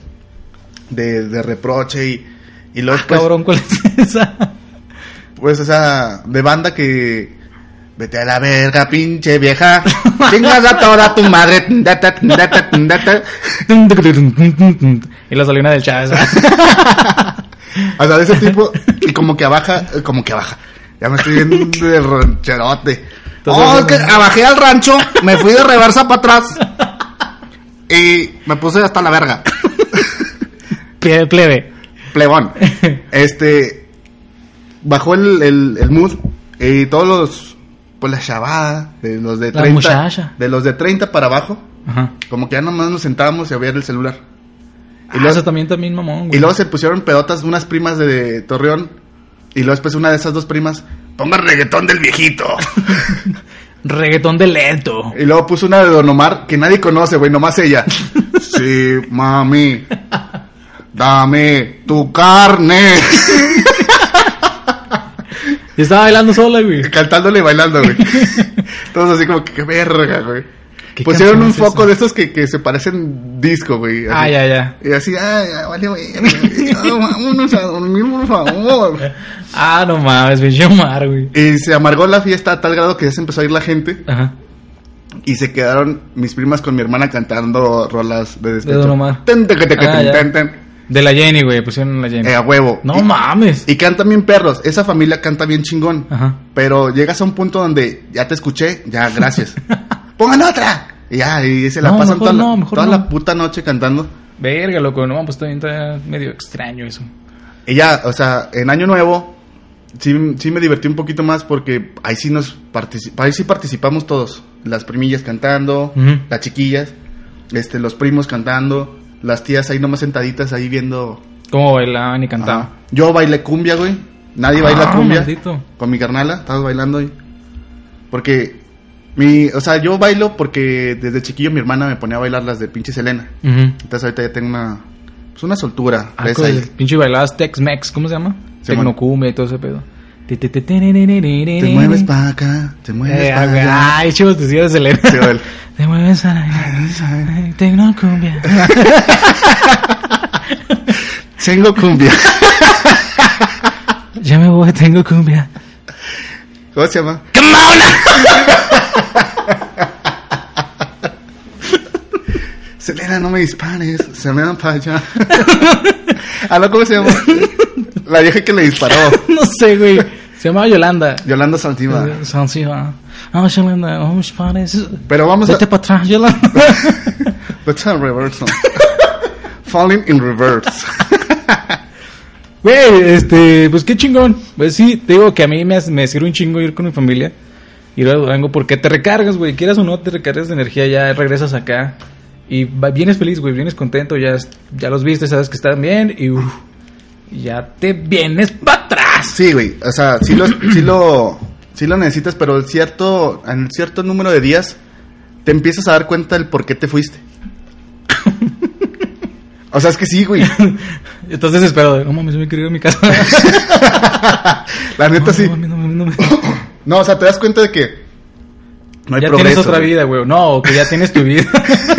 de reproche y luego... cabrón, ¿cuál es esa? Pues esa de banda que... Vete a la verga, pinche vieja. Chingas a toda tu madre. Y la salina del Chávez. O sea, de ese tipo. Y como que abaja. Ya me estoy viendo de rancherote. Es que abajé al rancho. Me fui de reversa para atrás. Y me puse hasta la verga. Plebón. Bajó el mood. Y todos los... Pues la chavada, de los de 30, muchacha. De los de 30 para abajo. Ajá. Como que ya nomás nos sentábamos y a ver el celular. Y luego, eso también mamón, güey. Y luego se pusieron pedotas unas primas de Torreón. Y luego después una de esas dos primas, ponga reggaetón del viejito. Reggaetón del lento. Y luego puso una de Don Omar que nadie conoce, güey, nomás ella. Sí, mami, dame tu carne. Y estaba bailando sola, güey. Cantándole y bailando, güey. Todos así como que qué verga, güey. Pusieron un foco de esos que se parecen disco, güey. Ya. Y así, vale, güey. Vámonos a dormir, por favor. No mames, me Omar, güey. Y se amargó la fiesta a tal grado que ya se empezó a ir la gente. Ajá. Y se quedaron mis primas con mi hermana cantando rolas de despecho. De Don Omar. De la Jenny, güey, pusieron la Jenny. A huevo. No mames. Y cantan bien perros. Esa familia canta bien chingón. Ajá. Pero llegas a un punto donde ya te escuché, ya, gracias. ¡Pongan otra! Y ya, y se la pasan toda la puta noche cantando. Verga, loco, no, pues también está medio extraño eso. Y ya, o sea, en Año Nuevo sí me divertí un poquito más porque ahí sí participamos todos. Las primillas cantando, las chiquillas, los primos cantando. Las tías ahí nomás sentaditas ahí viendo... ¿Cómo bailaban y cantaban? Yo bailé cumbia, güey. Nadie baila cumbia. Maldito. Con mi carnala, estabas bailando ahí. Porque... yo bailo porque desde chiquillo mi hermana me ponía a bailar las de pinche Selena. Entonces ahorita ya tengo una soltura. Pinche bailabas Tex-Mex, ¿cómo se llama? Tecnocumbia y todo ese pedo. Te mueves para acá, te mueves para allá. Ay, chivos, te sigas de Selena. Sí, vale. Te mueves a la tecnocumbia. Tengo cumbia. Ya me voy, tengo cumbia. ¿Cómo se llama? ¡Camona! Selena, no me dispares. Se me dan para allá. ¿No? ¿Cómo se llama? La vieja que le disparó. No sé, güey. Se llamaba Yolanda. Yolanda Santiva. Santiva. Yolanda, no me dispares. Pero vamos Vete para atrás, Yolanda. Vete al reverse. Falling in reverse. Güey, pues qué chingón. Pues sí, te digo que a mí me sirve un chingo ir con mi familia. Ir a Durango porque te recargas, güey. Quieras o no, te recargas de energía. Ya regresas acá. Y vienes feliz, güey. Vienes contento. Ya los viste, sabes que están bien. Y ya te vienes para atrás. Sí, güey. O sea, sí lo necesitas, pero en cierto número de días te empiezas a dar cuenta del por qué te fuiste. O sea, es que sí, güey. Estás desesperado. No mames, me quiero ir a mi casa. La neta, no, sí. No. No, o sea, te das cuenta de que no hay ya progreso. Tienes otra güey. vida, güey. No, que ya tienes tu vida.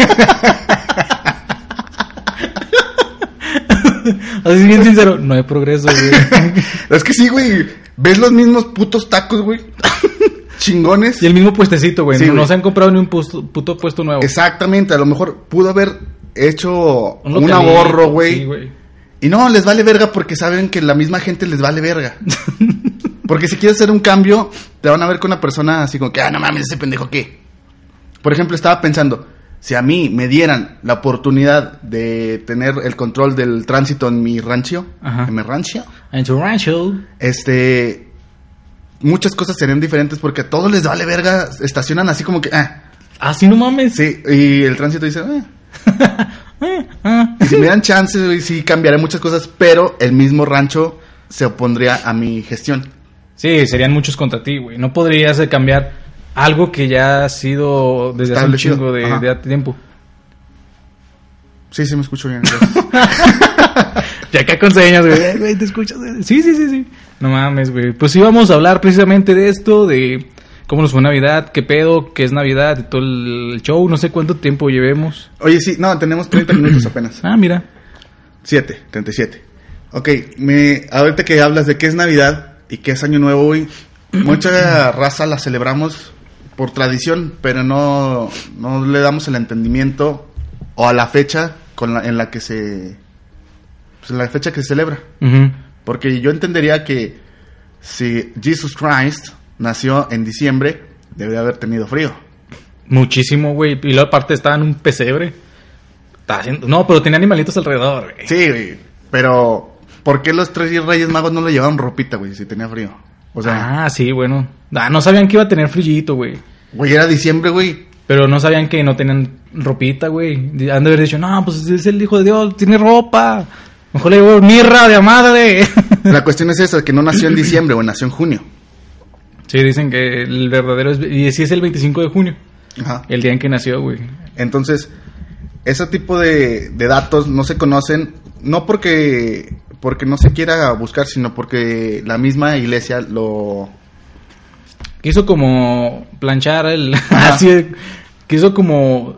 Así bien sincero, no hay progreso, güey. Es que sí, güey. Ves los mismos putos tacos, güey. Chingones. Y el mismo puestecito, güey. Sí, no se han comprado ni un puto puesto nuevo. Exactamente. A lo mejor pudo haber hecho un localito, ahorro, güey. Sí, güey. Y no, les vale verga porque saben que la misma gente les vale verga. Porque si quieres hacer un cambio, te van a ver con una persona así como que, no mames, ese pendejo qué. Por ejemplo, estaba pensando, si a mí me dieran la oportunidad de tener el control del tránsito en mi rancho, en mi rancho, en tu rancho, muchas cosas serían diferentes porque a todos les vale verga, estacionan así como que, así no mames. Sí, y el tránsito dice, Y si me dan chance, sí cambiaré muchas cosas, pero el mismo rancho se opondría a mi gestión. Sí, serían muchos contra ti, güey. No podrías cambiar algo que ya ha sido desde hace un chingo de tiempo. Sí, me escucho bien. Ya acá con señas, güey, ¿te escuchas? Sí. No mames, güey. Pues sí, vamos a hablar precisamente de esto, de cómo nos fue Navidad, qué pedo, qué es Navidad, de todo el show. No sé cuánto tiempo llevemos. Oye, sí, no, tenemos 30 minutos apenas. Mira. 37. Ok, ahorita que hablas de qué es Navidad y qué es Año Nuevo, güey, mucha raza la celebramos por tradición, pero no le damos el entendimiento o a la fecha en la que se... Pues en la fecha que se celebra. Uh-huh. Porque yo entendería que si Jesus Christ nació en diciembre, debería haber tenido frío. Muchísimo, güey. Y luego aparte estaba en un pesebre. No, pero tenía animalitos alrededor, güey. Sí, güey. Pero ¿por qué los 3 Reyes Magos no le llevaban ropita, güey, si tenía frío? O sea, sí, bueno. No sabían que iba a tener frillito, güey. Güey, era diciembre, güey. Pero no sabían que no tenían ropita, güey. Han de haber dicho, no, pues es el hijo de Dios, tiene ropa. Mejor le llevo mirra de madre. La cuestión es esa, que no nació en diciembre, güey, nació en junio. Sí, dicen que el verdadero es... Y sí es el 25 de junio. Ajá. El día en que nació, güey. Entonces, ese tipo de datos no se conocen, no porque no se quiera buscar, sino porque la misma iglesia lo... Quiso como planchar así, quiso como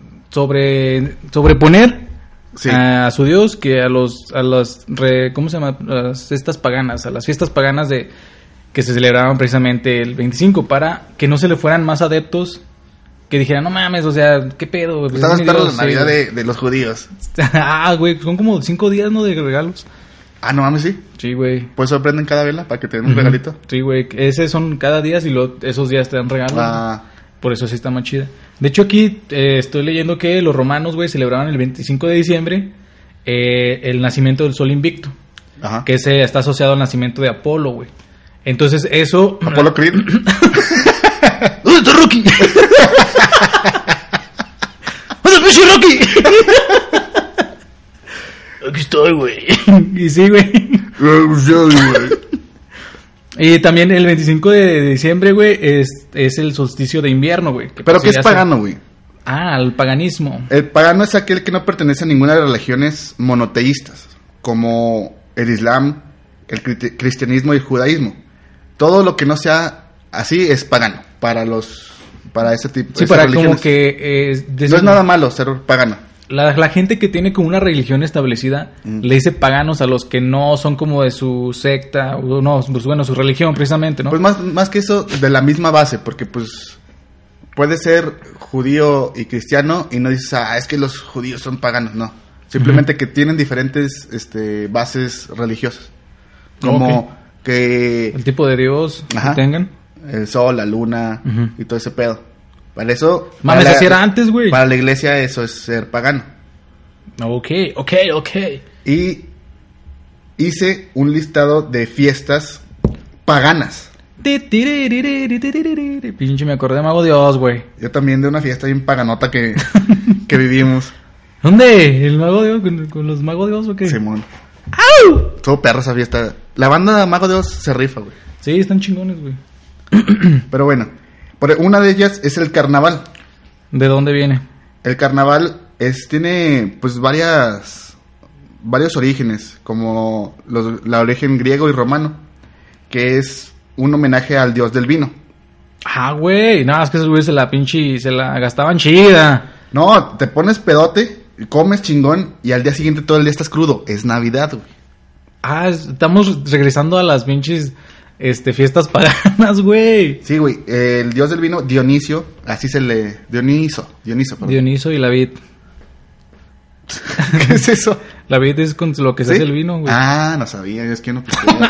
sobreponer a su Dios que a las ¿cómo se llama? A las fiestas paganas que se celebraban precisamente el 25 para que no se le fueran más adeptos que dijeran, no mames, o sea, ¿qué pedo? Pues estaban esperando la Navidad de los judíos. Güey, son como 5 días, ¿no? De regalos. No mames, sí. Sí, güey. Pues sorprenden cada vela para que te den un regalito. Sí, güey. Ese son cada día y esos días te dan regalos. Por eso sí está más chida. De hecho, aquí estoy leyendo que los romanos, güey, celebraban el 25 de diciembre el nacimiento del sol invicto. Ajá. Que está asociado al nacimiento de Apolo, güey. Entonces, eso... ¿Apolo Creed? ¿Dónde está Rocky? ¿Dónde está Rocky? Aquí estoy, güey. Y sí, güey. Y también el 25 de diciembre, güey, es el solsticio de invierno, güey. ¿Pero qué es pagano, güey? El paganismo. El pagano es aquel que no pertenece a ninguna de las religiones monoteístas, como el Islam, el cristianismo y el judaísmo. Todo lo que no sea así es pagano para ese tipo de religiones. Como que... no es nada malo ser pagano. La gente que tiene como una religión establecida le dice paganos a los que no son como de su secta, o no, pues bueno, su religión precisamente, ¿no? Pues más que eso, de la misma base, porque pues puede ser judío y cristiano y no dices, es que los judíos son paganos, no. Simplemente que tienen diferentes bases religiosas. Como que... el tipo de Dios que tengan. El sol, la luna y todo ese pedo. Para eso... Mames, así era antes, güey. Para la iglesia eso es ser pagano. Ok. Y hice un listado de fiestas paganas. Pinche, me acordé de Mago Dios, güey. Yo también de una fiesta bien paganota que vivimos. ¿Dónde? ¿El Mago Dios? ¿Con los Mago Dios o qué? Simón. ¡Au! Todo perro esa fiesta. La banda Mago Dios se rifa, güey. Sí, están chingones, güey. Pero bueno, una de ellas es el carnaval. ¿De dónde viene? El carnaval tiene pues varios orígenes, como la origen griego y romano, que es un homenaje al dios del vino. Güey, no, es que esos güeyes se la gastaban chida. No, te pones pedote, comes chingón y al día siguiente todo el día estás crudo. Es Navidad, güey. Estamos regresando a las pinches fiestas paganas, güey. Sí, güey, el dios del vino, Dionisio, así se le... Dioniso, perdón. Dioniso y la vid. ¿Qué es eso? La vid es con lo que se hace el vino, güey. No sabía, es que no...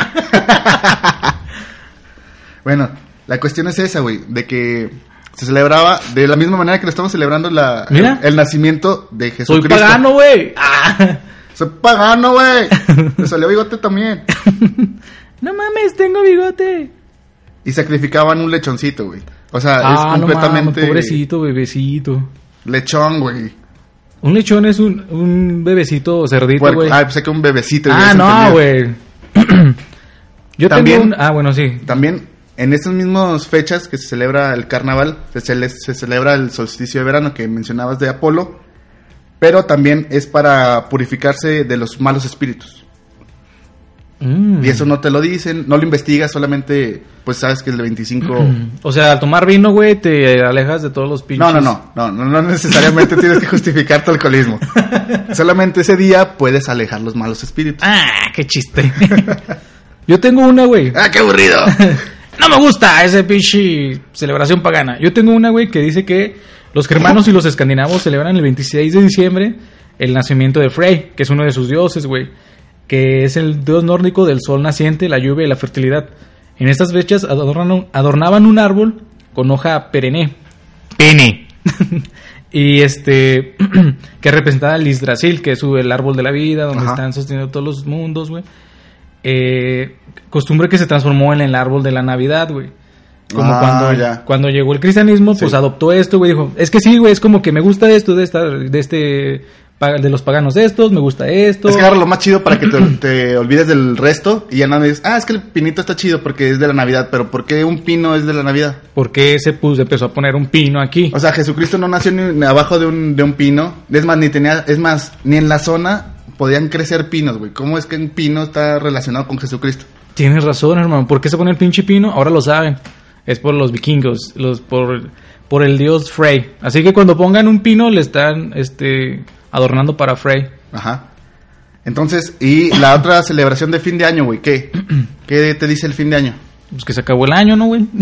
Bueno, la cuestión es esa, güey, de que se celebraba de la misma manera que lo estamos celebrando el nacimiento de Jesucristo. Soy pagano, güey. Soy pagano, güey. Me salió bigote también. No mames, tengo bigote. Y sacrificaban un lechoncito, güey. O sea, es completamente... No mames, pobrecito, bebecito. Lechón, güey. Un lechón es un bebecito cerdito, güey. Pensé que un bebecito. No, güey. Yo también, tengo bueno, sí. También, en estas mismas fechas que se celebra el carnaval, se celebra el solsticio de verano que mencionabas de Apolo, pero también es para purificarse de los malos espíritus. Y eso no te lo dicen, no lo investigas, solamente pues sabes que el 25... O sea, al tomar vino, güey, te alejas de todos los pinches... No necesariamente tienes que justificar tu alcoholismo. Solamente ese día puedes alejar los malos espíritus. Qué chiste. Yo tengo una, güey. Qué aburrido. No me gusta ese pinche celebración pagana. Yo tengo una, güey, que dice que los germanos y los escandinavos celebran el 26 de diciembre el nacimiento de Frey, que es uno de sus dioses, güey, que es el dios nórdico del sol naciente, la lluvia y la fertilidad. En estas fechas adornaban un árbol con hoja pene. Y que representaba el Yggdrasil, que es el árbol de la vida, donde están sosteniendo todos los mundos, güey. Costumbre que se transformó en el árbol de la Navidad, güey. Como cuando llegó el cristianismo, pues adoptó esto, güey. Dijo, es que sí, güey, es como que me gusta esto de los paganos estos, me gusta esto. Es que agarra lo más chido para que te olvides del resto y ya no dices, es que el pinito está chido porque es de la Navidad, pero ¿por qué un pino es de la Navidad? ¿Por qué se empezó a poner un pino aquí? O sea, Jesucristo no nació ni abajo de un pino, ni en la zona podían crecer pinos, güey. ¿Cómo es que un pino está relacionado con Jesucristo? Tienes razón, hermano. ¿Por qué se pone el pinche pino? Ahora lo saben. Es por los vikingos, por el dios Frey. Así que cuando pongan un pino le están adornando para Frey. Ajá. Entonces, y la otra celebración de fin de año, güey, ¿qué? ¿Qué te dice el fin de año? Pues que se acabó el año, ¿no, güey?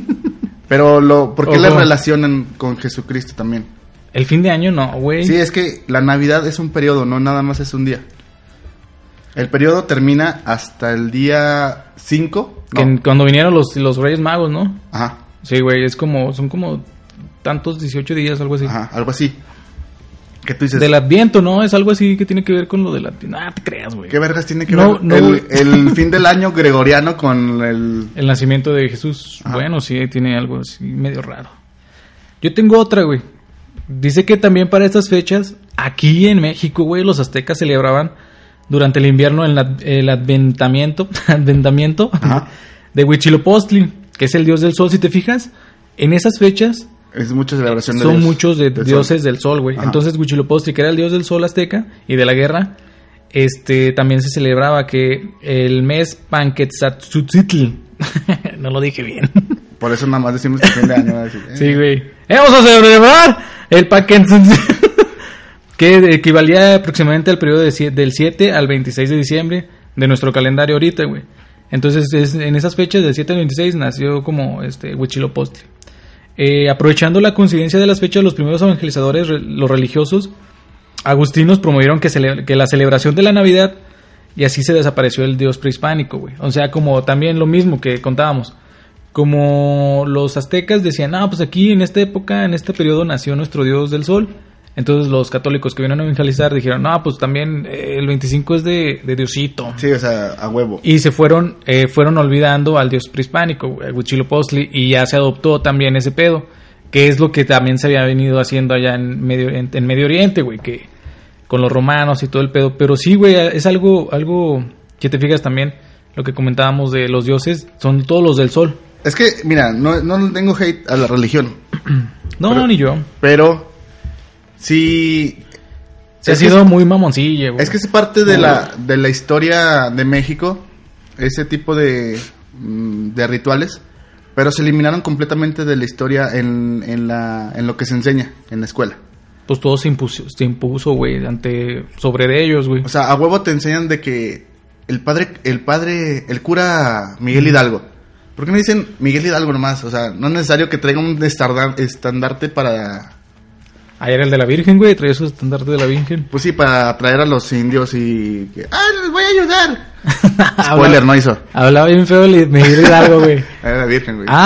Pero ¿por qué le relacionan con Jesucristo también? El fin de año no, güey. Sí, es que la Navidad es un periodo, no nada más es un día. El periodo termina hasta el día 5. Cuando vinieron los Reyes Magos, ¿no? Ajá. Sí, güey, son como tantos 18 días, algo así. Ajá, algo así. ¿Qué tú dices? Del Adviento, ¿no? Es algo así que tiene que ver con lo del Adviento. Te creas, güey. ¿Qué vergas tiene que ver el fin del año gregoriano con el nacimiento de Jesús? Ajá. Bueno, sí, tiene algo así medio raro. Yo tengo otra, güey. Dice que también para estas fechas, aquí en México, güey, los aztecas celebraban durante el invierno el adventamiento de Huitzilopochtli, que es el dios del sol. Si te fijas, en esas fechas es mucha celebración son muchos de dioses del sol, güey. Entonces Huitzilopochtli, que era el dios del sol azteca y de la guerra, también se celebraba que el mes Panquetzaltzotzitl no lo dije bien. Por eso nada más decimos que fin de año. Sí, güey. Vamos a celebrar el Panquetzaltzotzitl. que equivalía aproximadamente al periodo del 7 al 26 de diciembre de nuestro calendario ahorita, güey. Entonces, en esas fechas, del 7 al 26, nació como Huitzilopochtli. Aprovechando la coincidencia de las fechas, los primeros evangelizadores, los religiosos, agustinos, promovieron que la celebración de la Navidad, y así se desapareció el dios prehispánico, güey. O sea, como también lo mismo que contábamos. Como los aztecas decían, pues aquí en esta época, en este periodo nació nuestro dios del sol. Entonces los católicos que vinieron a evangelizar dijeron, pues también el 25 es de Diosito. Sí, o sea, a huevo. Y se fueron olvidando al dios prehispánico, Huitzilopochtli, y ya se adoptó también ese pedo, que es lo que también se había venido haciendo allá en Medio Oriente, güey, que con los romanos y todo el pedo. Pero sí, güey, es algo que te fijas también, lo que comentábamos de los dioses, son todos los del sol. Es que, mira, no tengo hate a la religión. No, ni yo. Pero sí... Se ha sido muy mamoncilla, güey. Es que es parte de la historia de México, ese tipo de rituales, pero se eliminaron completamente de la historia en lo que se enseña en la escuela. Pues todo se impuso, güey, sobre de ellos, güey. O sea, a huevo te enseñan de que el cura Miguel Hidalgo. ¿Por qué no dicen Miguel Hidalgo nomás? O sea, no es necesario que traiga un estandarte para... Ayer el de la Virgen, güey, traía su estandarte de la Virgen. Pues sí, para traer a los indios y... les voy a ayudar. Spoiler, no hizo. Hablaba bien feo Miguel Hidalgo, güey. Era la Virgen, güey.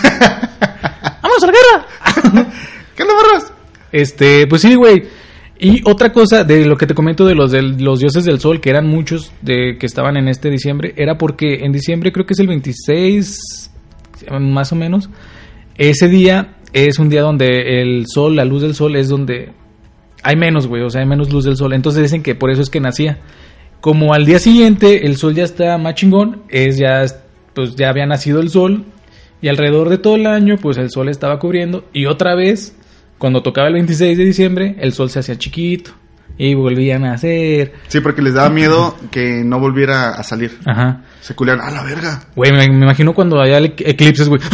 ¡Vamos a la guerra! ¿Qué onda, barros? Pues sí, güey. Y otra cosa de lo que te comento de los dioses del sol, que eran muchos que estaban en este diciembre, era porque en diciembre, creo que es el 26, más o menos, ese día es un día donde el sol, la luz del sol es donde hay menos, güey, o sea, hay menos luz del sol. Entonces dicen que por eso es que nacía. Como al día siguiente el sol ya está más chingón, pues ya había nacido el sol, y alrededor de todo el año, pues el sol estaba cubriendo, y otra vez... Cuando tocaba el 26 de diciembre, el sol se hacía chiquito y volvía a nacer. Sí, porque les daba miedo que no volviera a salir. Ajá. Se culearon, ¡a la verga! Güey, me imagino cuando había eclipses, güey.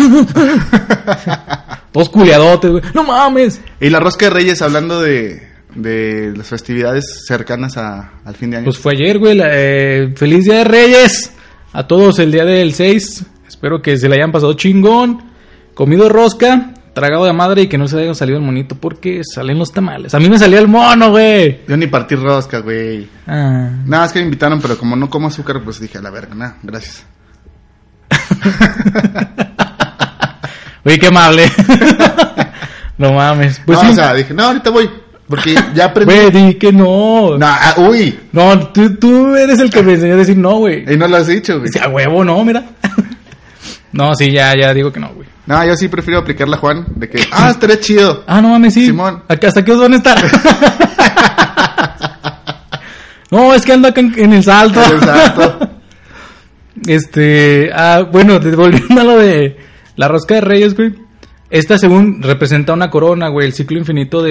Todos culeadotes, güey. ¡No mames! Y la rosca de Reyes, hablando de las festividades cercanas al fin de año. Pues fue ayer, güey. ¡Feliz Día de Reyes! A todos el día del 6. Espero que se le hayan pasado chingón. Comido rosca. Tragado de madre y que no se haya salido el monito porque salen los tamales. A mí me salía el mono, güey. Yo ni partí rosca, güey. Nada, es que me invitaron, pero como no como azúcar, pues dije, a la verga, nada, gracias. Güey, qué amable. No mames. Pues no, sí. O sea, dije, no, ahorita voy. Porque ya aprendí. Güey, di que no. Uy. No, tú eres el que me enseñó a decir no, güey. Y no lo has dicho, güey. O sea, huevo, no, mira. No, sí, ya digo que no, güey. No, yo sí prefiero aplicarla, Juan, de que, estaría chido. No mames, sí. Simón. ¿Hasta qué os van a estar? No, es que ando acá en el salto. En el salto. Bueno, volviendo a lo de la rosca de Reyes, güey. Esta, según, representa una corona, güey, el ciclo infinito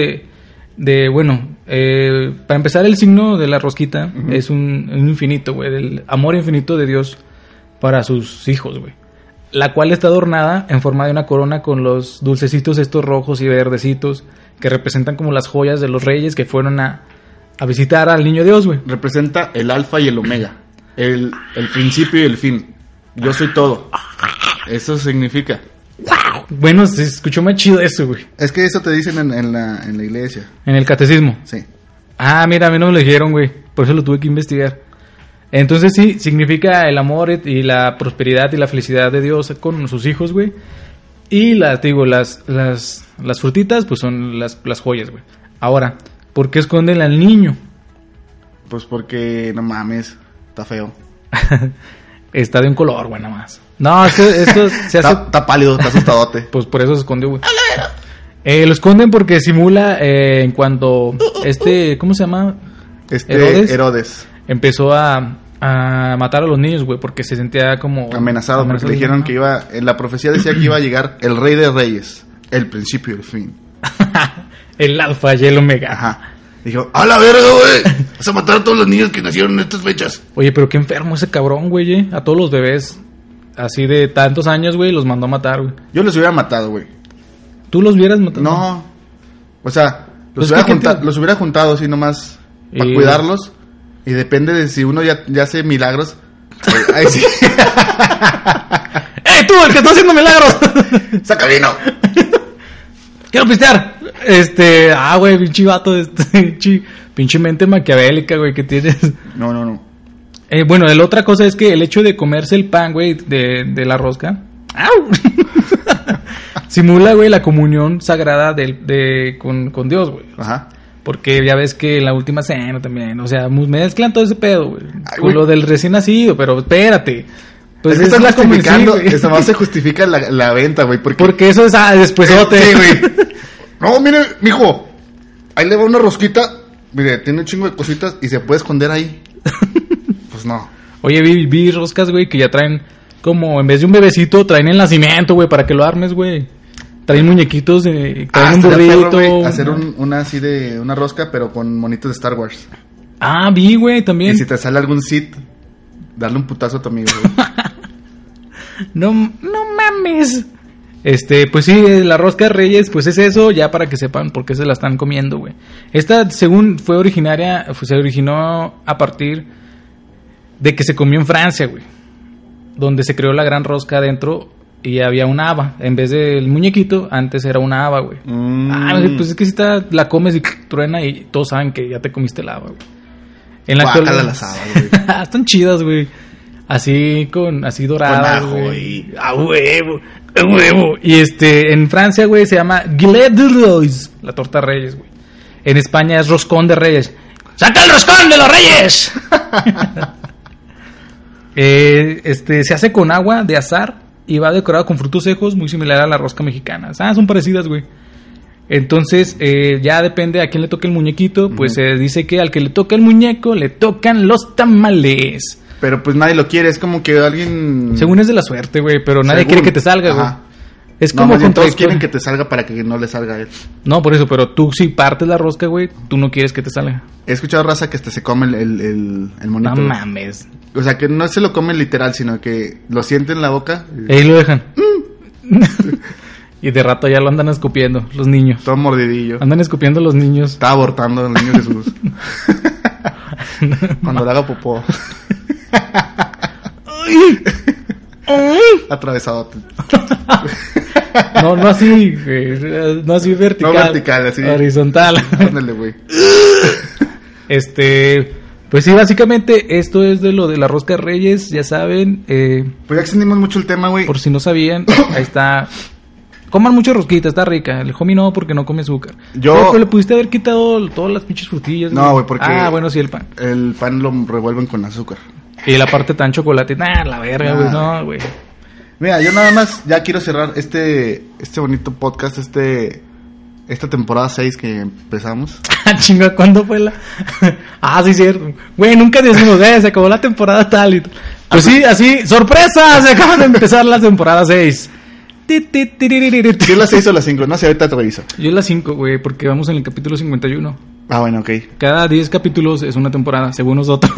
para empezar, el signo de la rosquita es un infinito, güey, del amor infinito de Dios para sus hijos, güey. La cual está adornada en forma de una corona con los dulcecitos estos rojos y verdecitos que representan como las joyas de los reyes que fueron a visitar al niño Dios, güey. Representa el alfa y el omega, el principio y el fin. Yo soy todo. Eso significa. ¡Wow! Bueno, se escuchó más chido eso, güey. Es que eso te dicen en la iglesia. En el catecismo. Sí. Mira, a mí no me lo dijeron, güey. Por eso lo tuve que investigar. Entonces sí, significa el amor y la prosperidad y la felicidad de Dios con sus hijos, güey. Y las frutitas, pues son las joyas, güey. Ahora, ¿por qué esconden al niño? Pues porque, no mames, está feo. Está de un color, güey, nada más. No, esto se hace... Está pálido, está asustadote. Pues por eso se escondió, güey. Lo esconden porque simula en cuando ¿cómo se llama? Herodes. Empezó a matar a los niños, güey, porque se sentía como... Amenazado, porque le dijeron que en la profecía decía que iba a llegar el rey de reyes, el principio y el fin. El alfa y el omega. Ajá. Dijo, ¡a la verga, güey! Vas a matar a todos los niños que nacieron en estas fechas. Oye, pero qué enfermo ese cabrón, güey, A todos los bebés, así de tantos años, güey, los mandó a matar, güey. Yo los hubiera matado, güey. ¿Tú los hubieras matado? No. O sea, Los hubiera juntado así nomás para cuidarlos. Y depende de si uno ya hace milagros. Ahí sí. ¡Ey, tú, el que está haciendo milagros! ¡Saca vino! ¡Quiero pistear! Güey, pinche vato, pinche mente maquiavélica, güey, que tienes. No. Bueno, la otra cosa es que el hecho de comerse el pan, güey, de la rosca, ¡au! Simula, güey, la comunión sagrada con Dios, güey. Ajá. Porque ya ves que en la última cena también, o sea, mezclan todo ese pedo, güey. Con lo del recién nacido, pero espérate. Pues es que están justificando, eso más se justifica la venta, güey. Porque eso es despuesote. Sí, güey. No, mire, mijo, ahí le va una rosquita, mire, tiene un chingo de cositas y se puede esconder ahí. Pues no. Oye, vi roscas, güey, que ya traen como, en vez de un bebecito, traen el nacimiento, güey, para que lo armes, güey. Traen muñequitos, traen un burrito. Hacer una así de una rosca, pero con monitos de Star Wars. Vi, güey, también. Y si te sale algún Sith, darle un putazo a tu amigo, güey. No mames. Pues sí, la rosca de Reyes, pues es eso, ya para que sepan por qué se la están comiendo, güey. Esta, según se originó a partir de que se comió en Francia, güey. Donde se creó la gran rosca adentro y había una haba. En vez del muñequito, antes era una haba, güey. Pues es que si la comes y truena y todos saben que ya te comiste la haba, güey. En la actualidad las habas, güey. Están chidas, güey. Así doradas, güey. A huevo. Y en Francia, güey, se llama Galette de Reyes, la torta Reyes, güey. En España es roscón de Reyes. ¡Saca el roscón de los Reyes! Se hace con agua de azahar y va decorado con frutos secos, muy similar a la rosca mexicana. Son parecidas, güey. Entonces, ya depende a quién le toque el muñequito. Pues se dice que al que le toca el muñeco, le tocan los tamales. Pero pues nadie lo quiere, es como que alguien... Según es de la suerte, güey, pero nadie quiere que te salga, güey. Es como todos quieren que te salga para que no le salga a él. No, por eso, pero tú si partes la rosca, güey, tú no quieres que te salga. He escuchado raza que se come el monito. No mames. O sea, que no se lo comen literal, sino que lo sienten en la boca. Y ahí lo dejan. Y de rato ya lo andan escupiendo los niños. Todo mordidillo. Andan escupiendo los niños. Está abortando el niño Jesús. Cuando le haga popó. Atravesado. No así, güey. No así vertical. No vertical, así. Horizontal. Ándale, güey. Pues sí, básicamente esto es de lo de la rosca de Reyes, ya saben. Pues ya extendimos mucho el tema, güey. Por si no sabían, ahí está. Coman mucha rosquita, está rica. El homie no, porque no come azúcar. Pero le pudiste haber quitado todas las pinches frutillas. No, güey, porque... bueno, sí, el pan. El pan lo revuelven con azúcar. Y la parte tan chocolate, la verga, güey, no, güey. Mira, yo nada más ya quiero cerrar este bonito podcast, esta temporada 6 que empezamos. Chinga, ¿cuándo fue la...? Sí, cierto. Güey, nunca decimos, se acabó la temporada tal y... Pues sí, así, ¡sorpresa! Se acaba de empezar la temporada 6. ¿Yo es la 6 o la 5? No sé, ahorita te reviso. Yo es la 5, güey, porque vamos en el capítulo 51. Bueno, ok. Cada 10 capítulos es una temporada, según nosotros.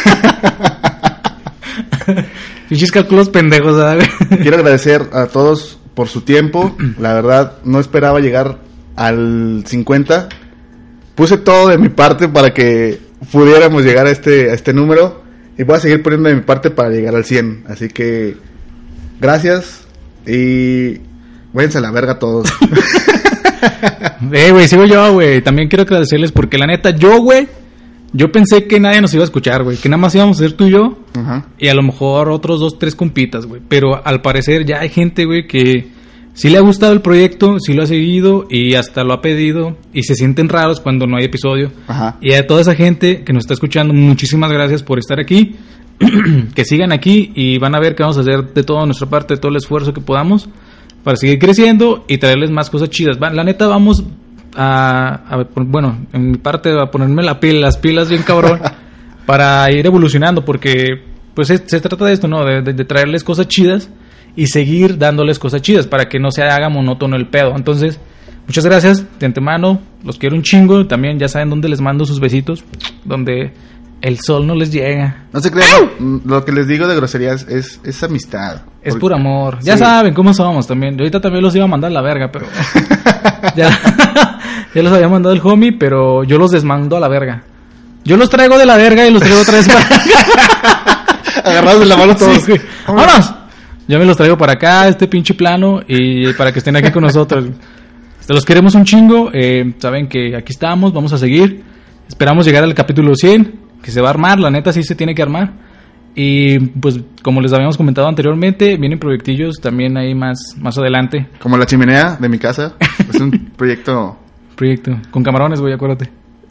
Fichis cálculos pendejos, ¿sabes? Quiero agradecer a todos por su tiempo. La verdad, no esperaba llegar al 50. Puse todo de mi parte para que pudiéramos llegar a este número. Y voy a seguir poniendo de mi parte para llegar al 100. Así que, gracias. Y váyanse a la verga todos. Güey, sigo yo, güey. También quiero agradecerles porque la neta, yo pensé que nadie nos iba a escuchar, güey. Que nada más íbamos a ser tú y yo. Ajá. Y a lo mejor otros 2, 3 compitas, güey. Pero al parecer ya hay gente, güey, que sí le ha gustado el proyecto, sí lo ha seguido y hasta lo ha pedido. Y se sienten raros cuando no hay episodio. Ajá. Y a toda esa gente que nos está escuchando, muchísimas gracias por estar aquí. Que sigan aquí y van a ver que vamos a hacer de toda nuestra parte, todo el esfuerzo que podamos para seguir creciendo y traerles más cosas chidas. La neta, vamos bueno, en mi parte a ponerme las pilas bien cabrón para ir evolucionando, porque pues se trata de esto, ¿no? De traerles cosas chidas y seguir dándoles cosas chidas para que no se haga monótono el pedo. Entonces, muchas gracias de antemano, los quiero un chingo. También ya saben dónde les mando sus besitos, donde el sol no les llega. No se crean, lo que les digo de groserías es amistad. Es puro amor. Ya saben cómo somos también. Yo ahorita también los iba a mandar a la verga, pero... ya los había mandado el homie, pero yo los desmando a la verga. Yo los traigo de la verga y los traigo otra vez para acá. Agarrados de la mano todos. Sí, ¡vámonos! Yo me los traigo para acá, este pinche plano, y para que estén aquí con nosotros. Los queremos un chingo. Saben que aquí estamos, vamos a seguir. Esperamos llegar al capítulo 100, que se va a armar, la neta sí se tiene que armar. Y pues como les habíamos comentado anteriormente, vienen proyectillos también ahí más adelante. Como la chimenea de mi casa. Es un proyecto con camarones, güey, acuérdate.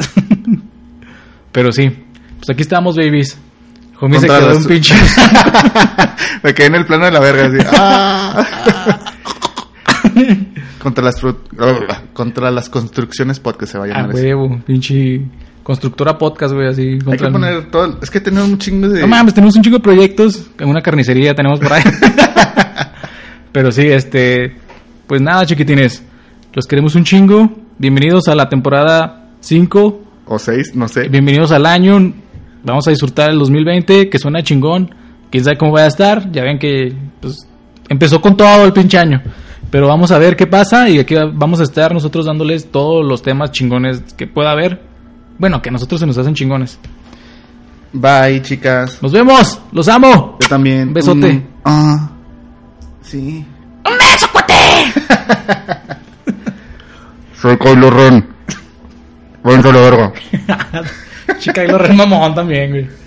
Pero sí, pues aquí estamos, babies. Homie se quedó un pinche. Me quedé en el plano de la verga así. Contra las construcciones podcast se va a llamar. Huevo, pinche constructora podcast, güey, así. Hay que poner todo. Es que tenemos un chingo de. No mames, tenemos un chingo de proyectos. Una carnicería tenemos por ahí. Pero sí, pues nada, chiquitines. Los queremos un chingo. Bienvenidos a la temporada 5 o 6, no sé. Bienvenidos al año. Vamos a disfrutar el 2020, que suena chingón. Quién sabe cómo vaya a estar. Ya ven que pues empezó con todo el pinche año. Pero vamos a ver qué pasa. Y aquí vamos a estar nosotros dándoles todos los temas chingones que pueda haber. Bueno, que a nosotros se nos hacen chingones. Bye, chicas. Nos vemos. Los amo. Yo también. Un besote. Sí. ¡Un beso, cuate! Soy Kylo Ren. Bueno, la verga. Chica, Kylo Ren mamón también, güey.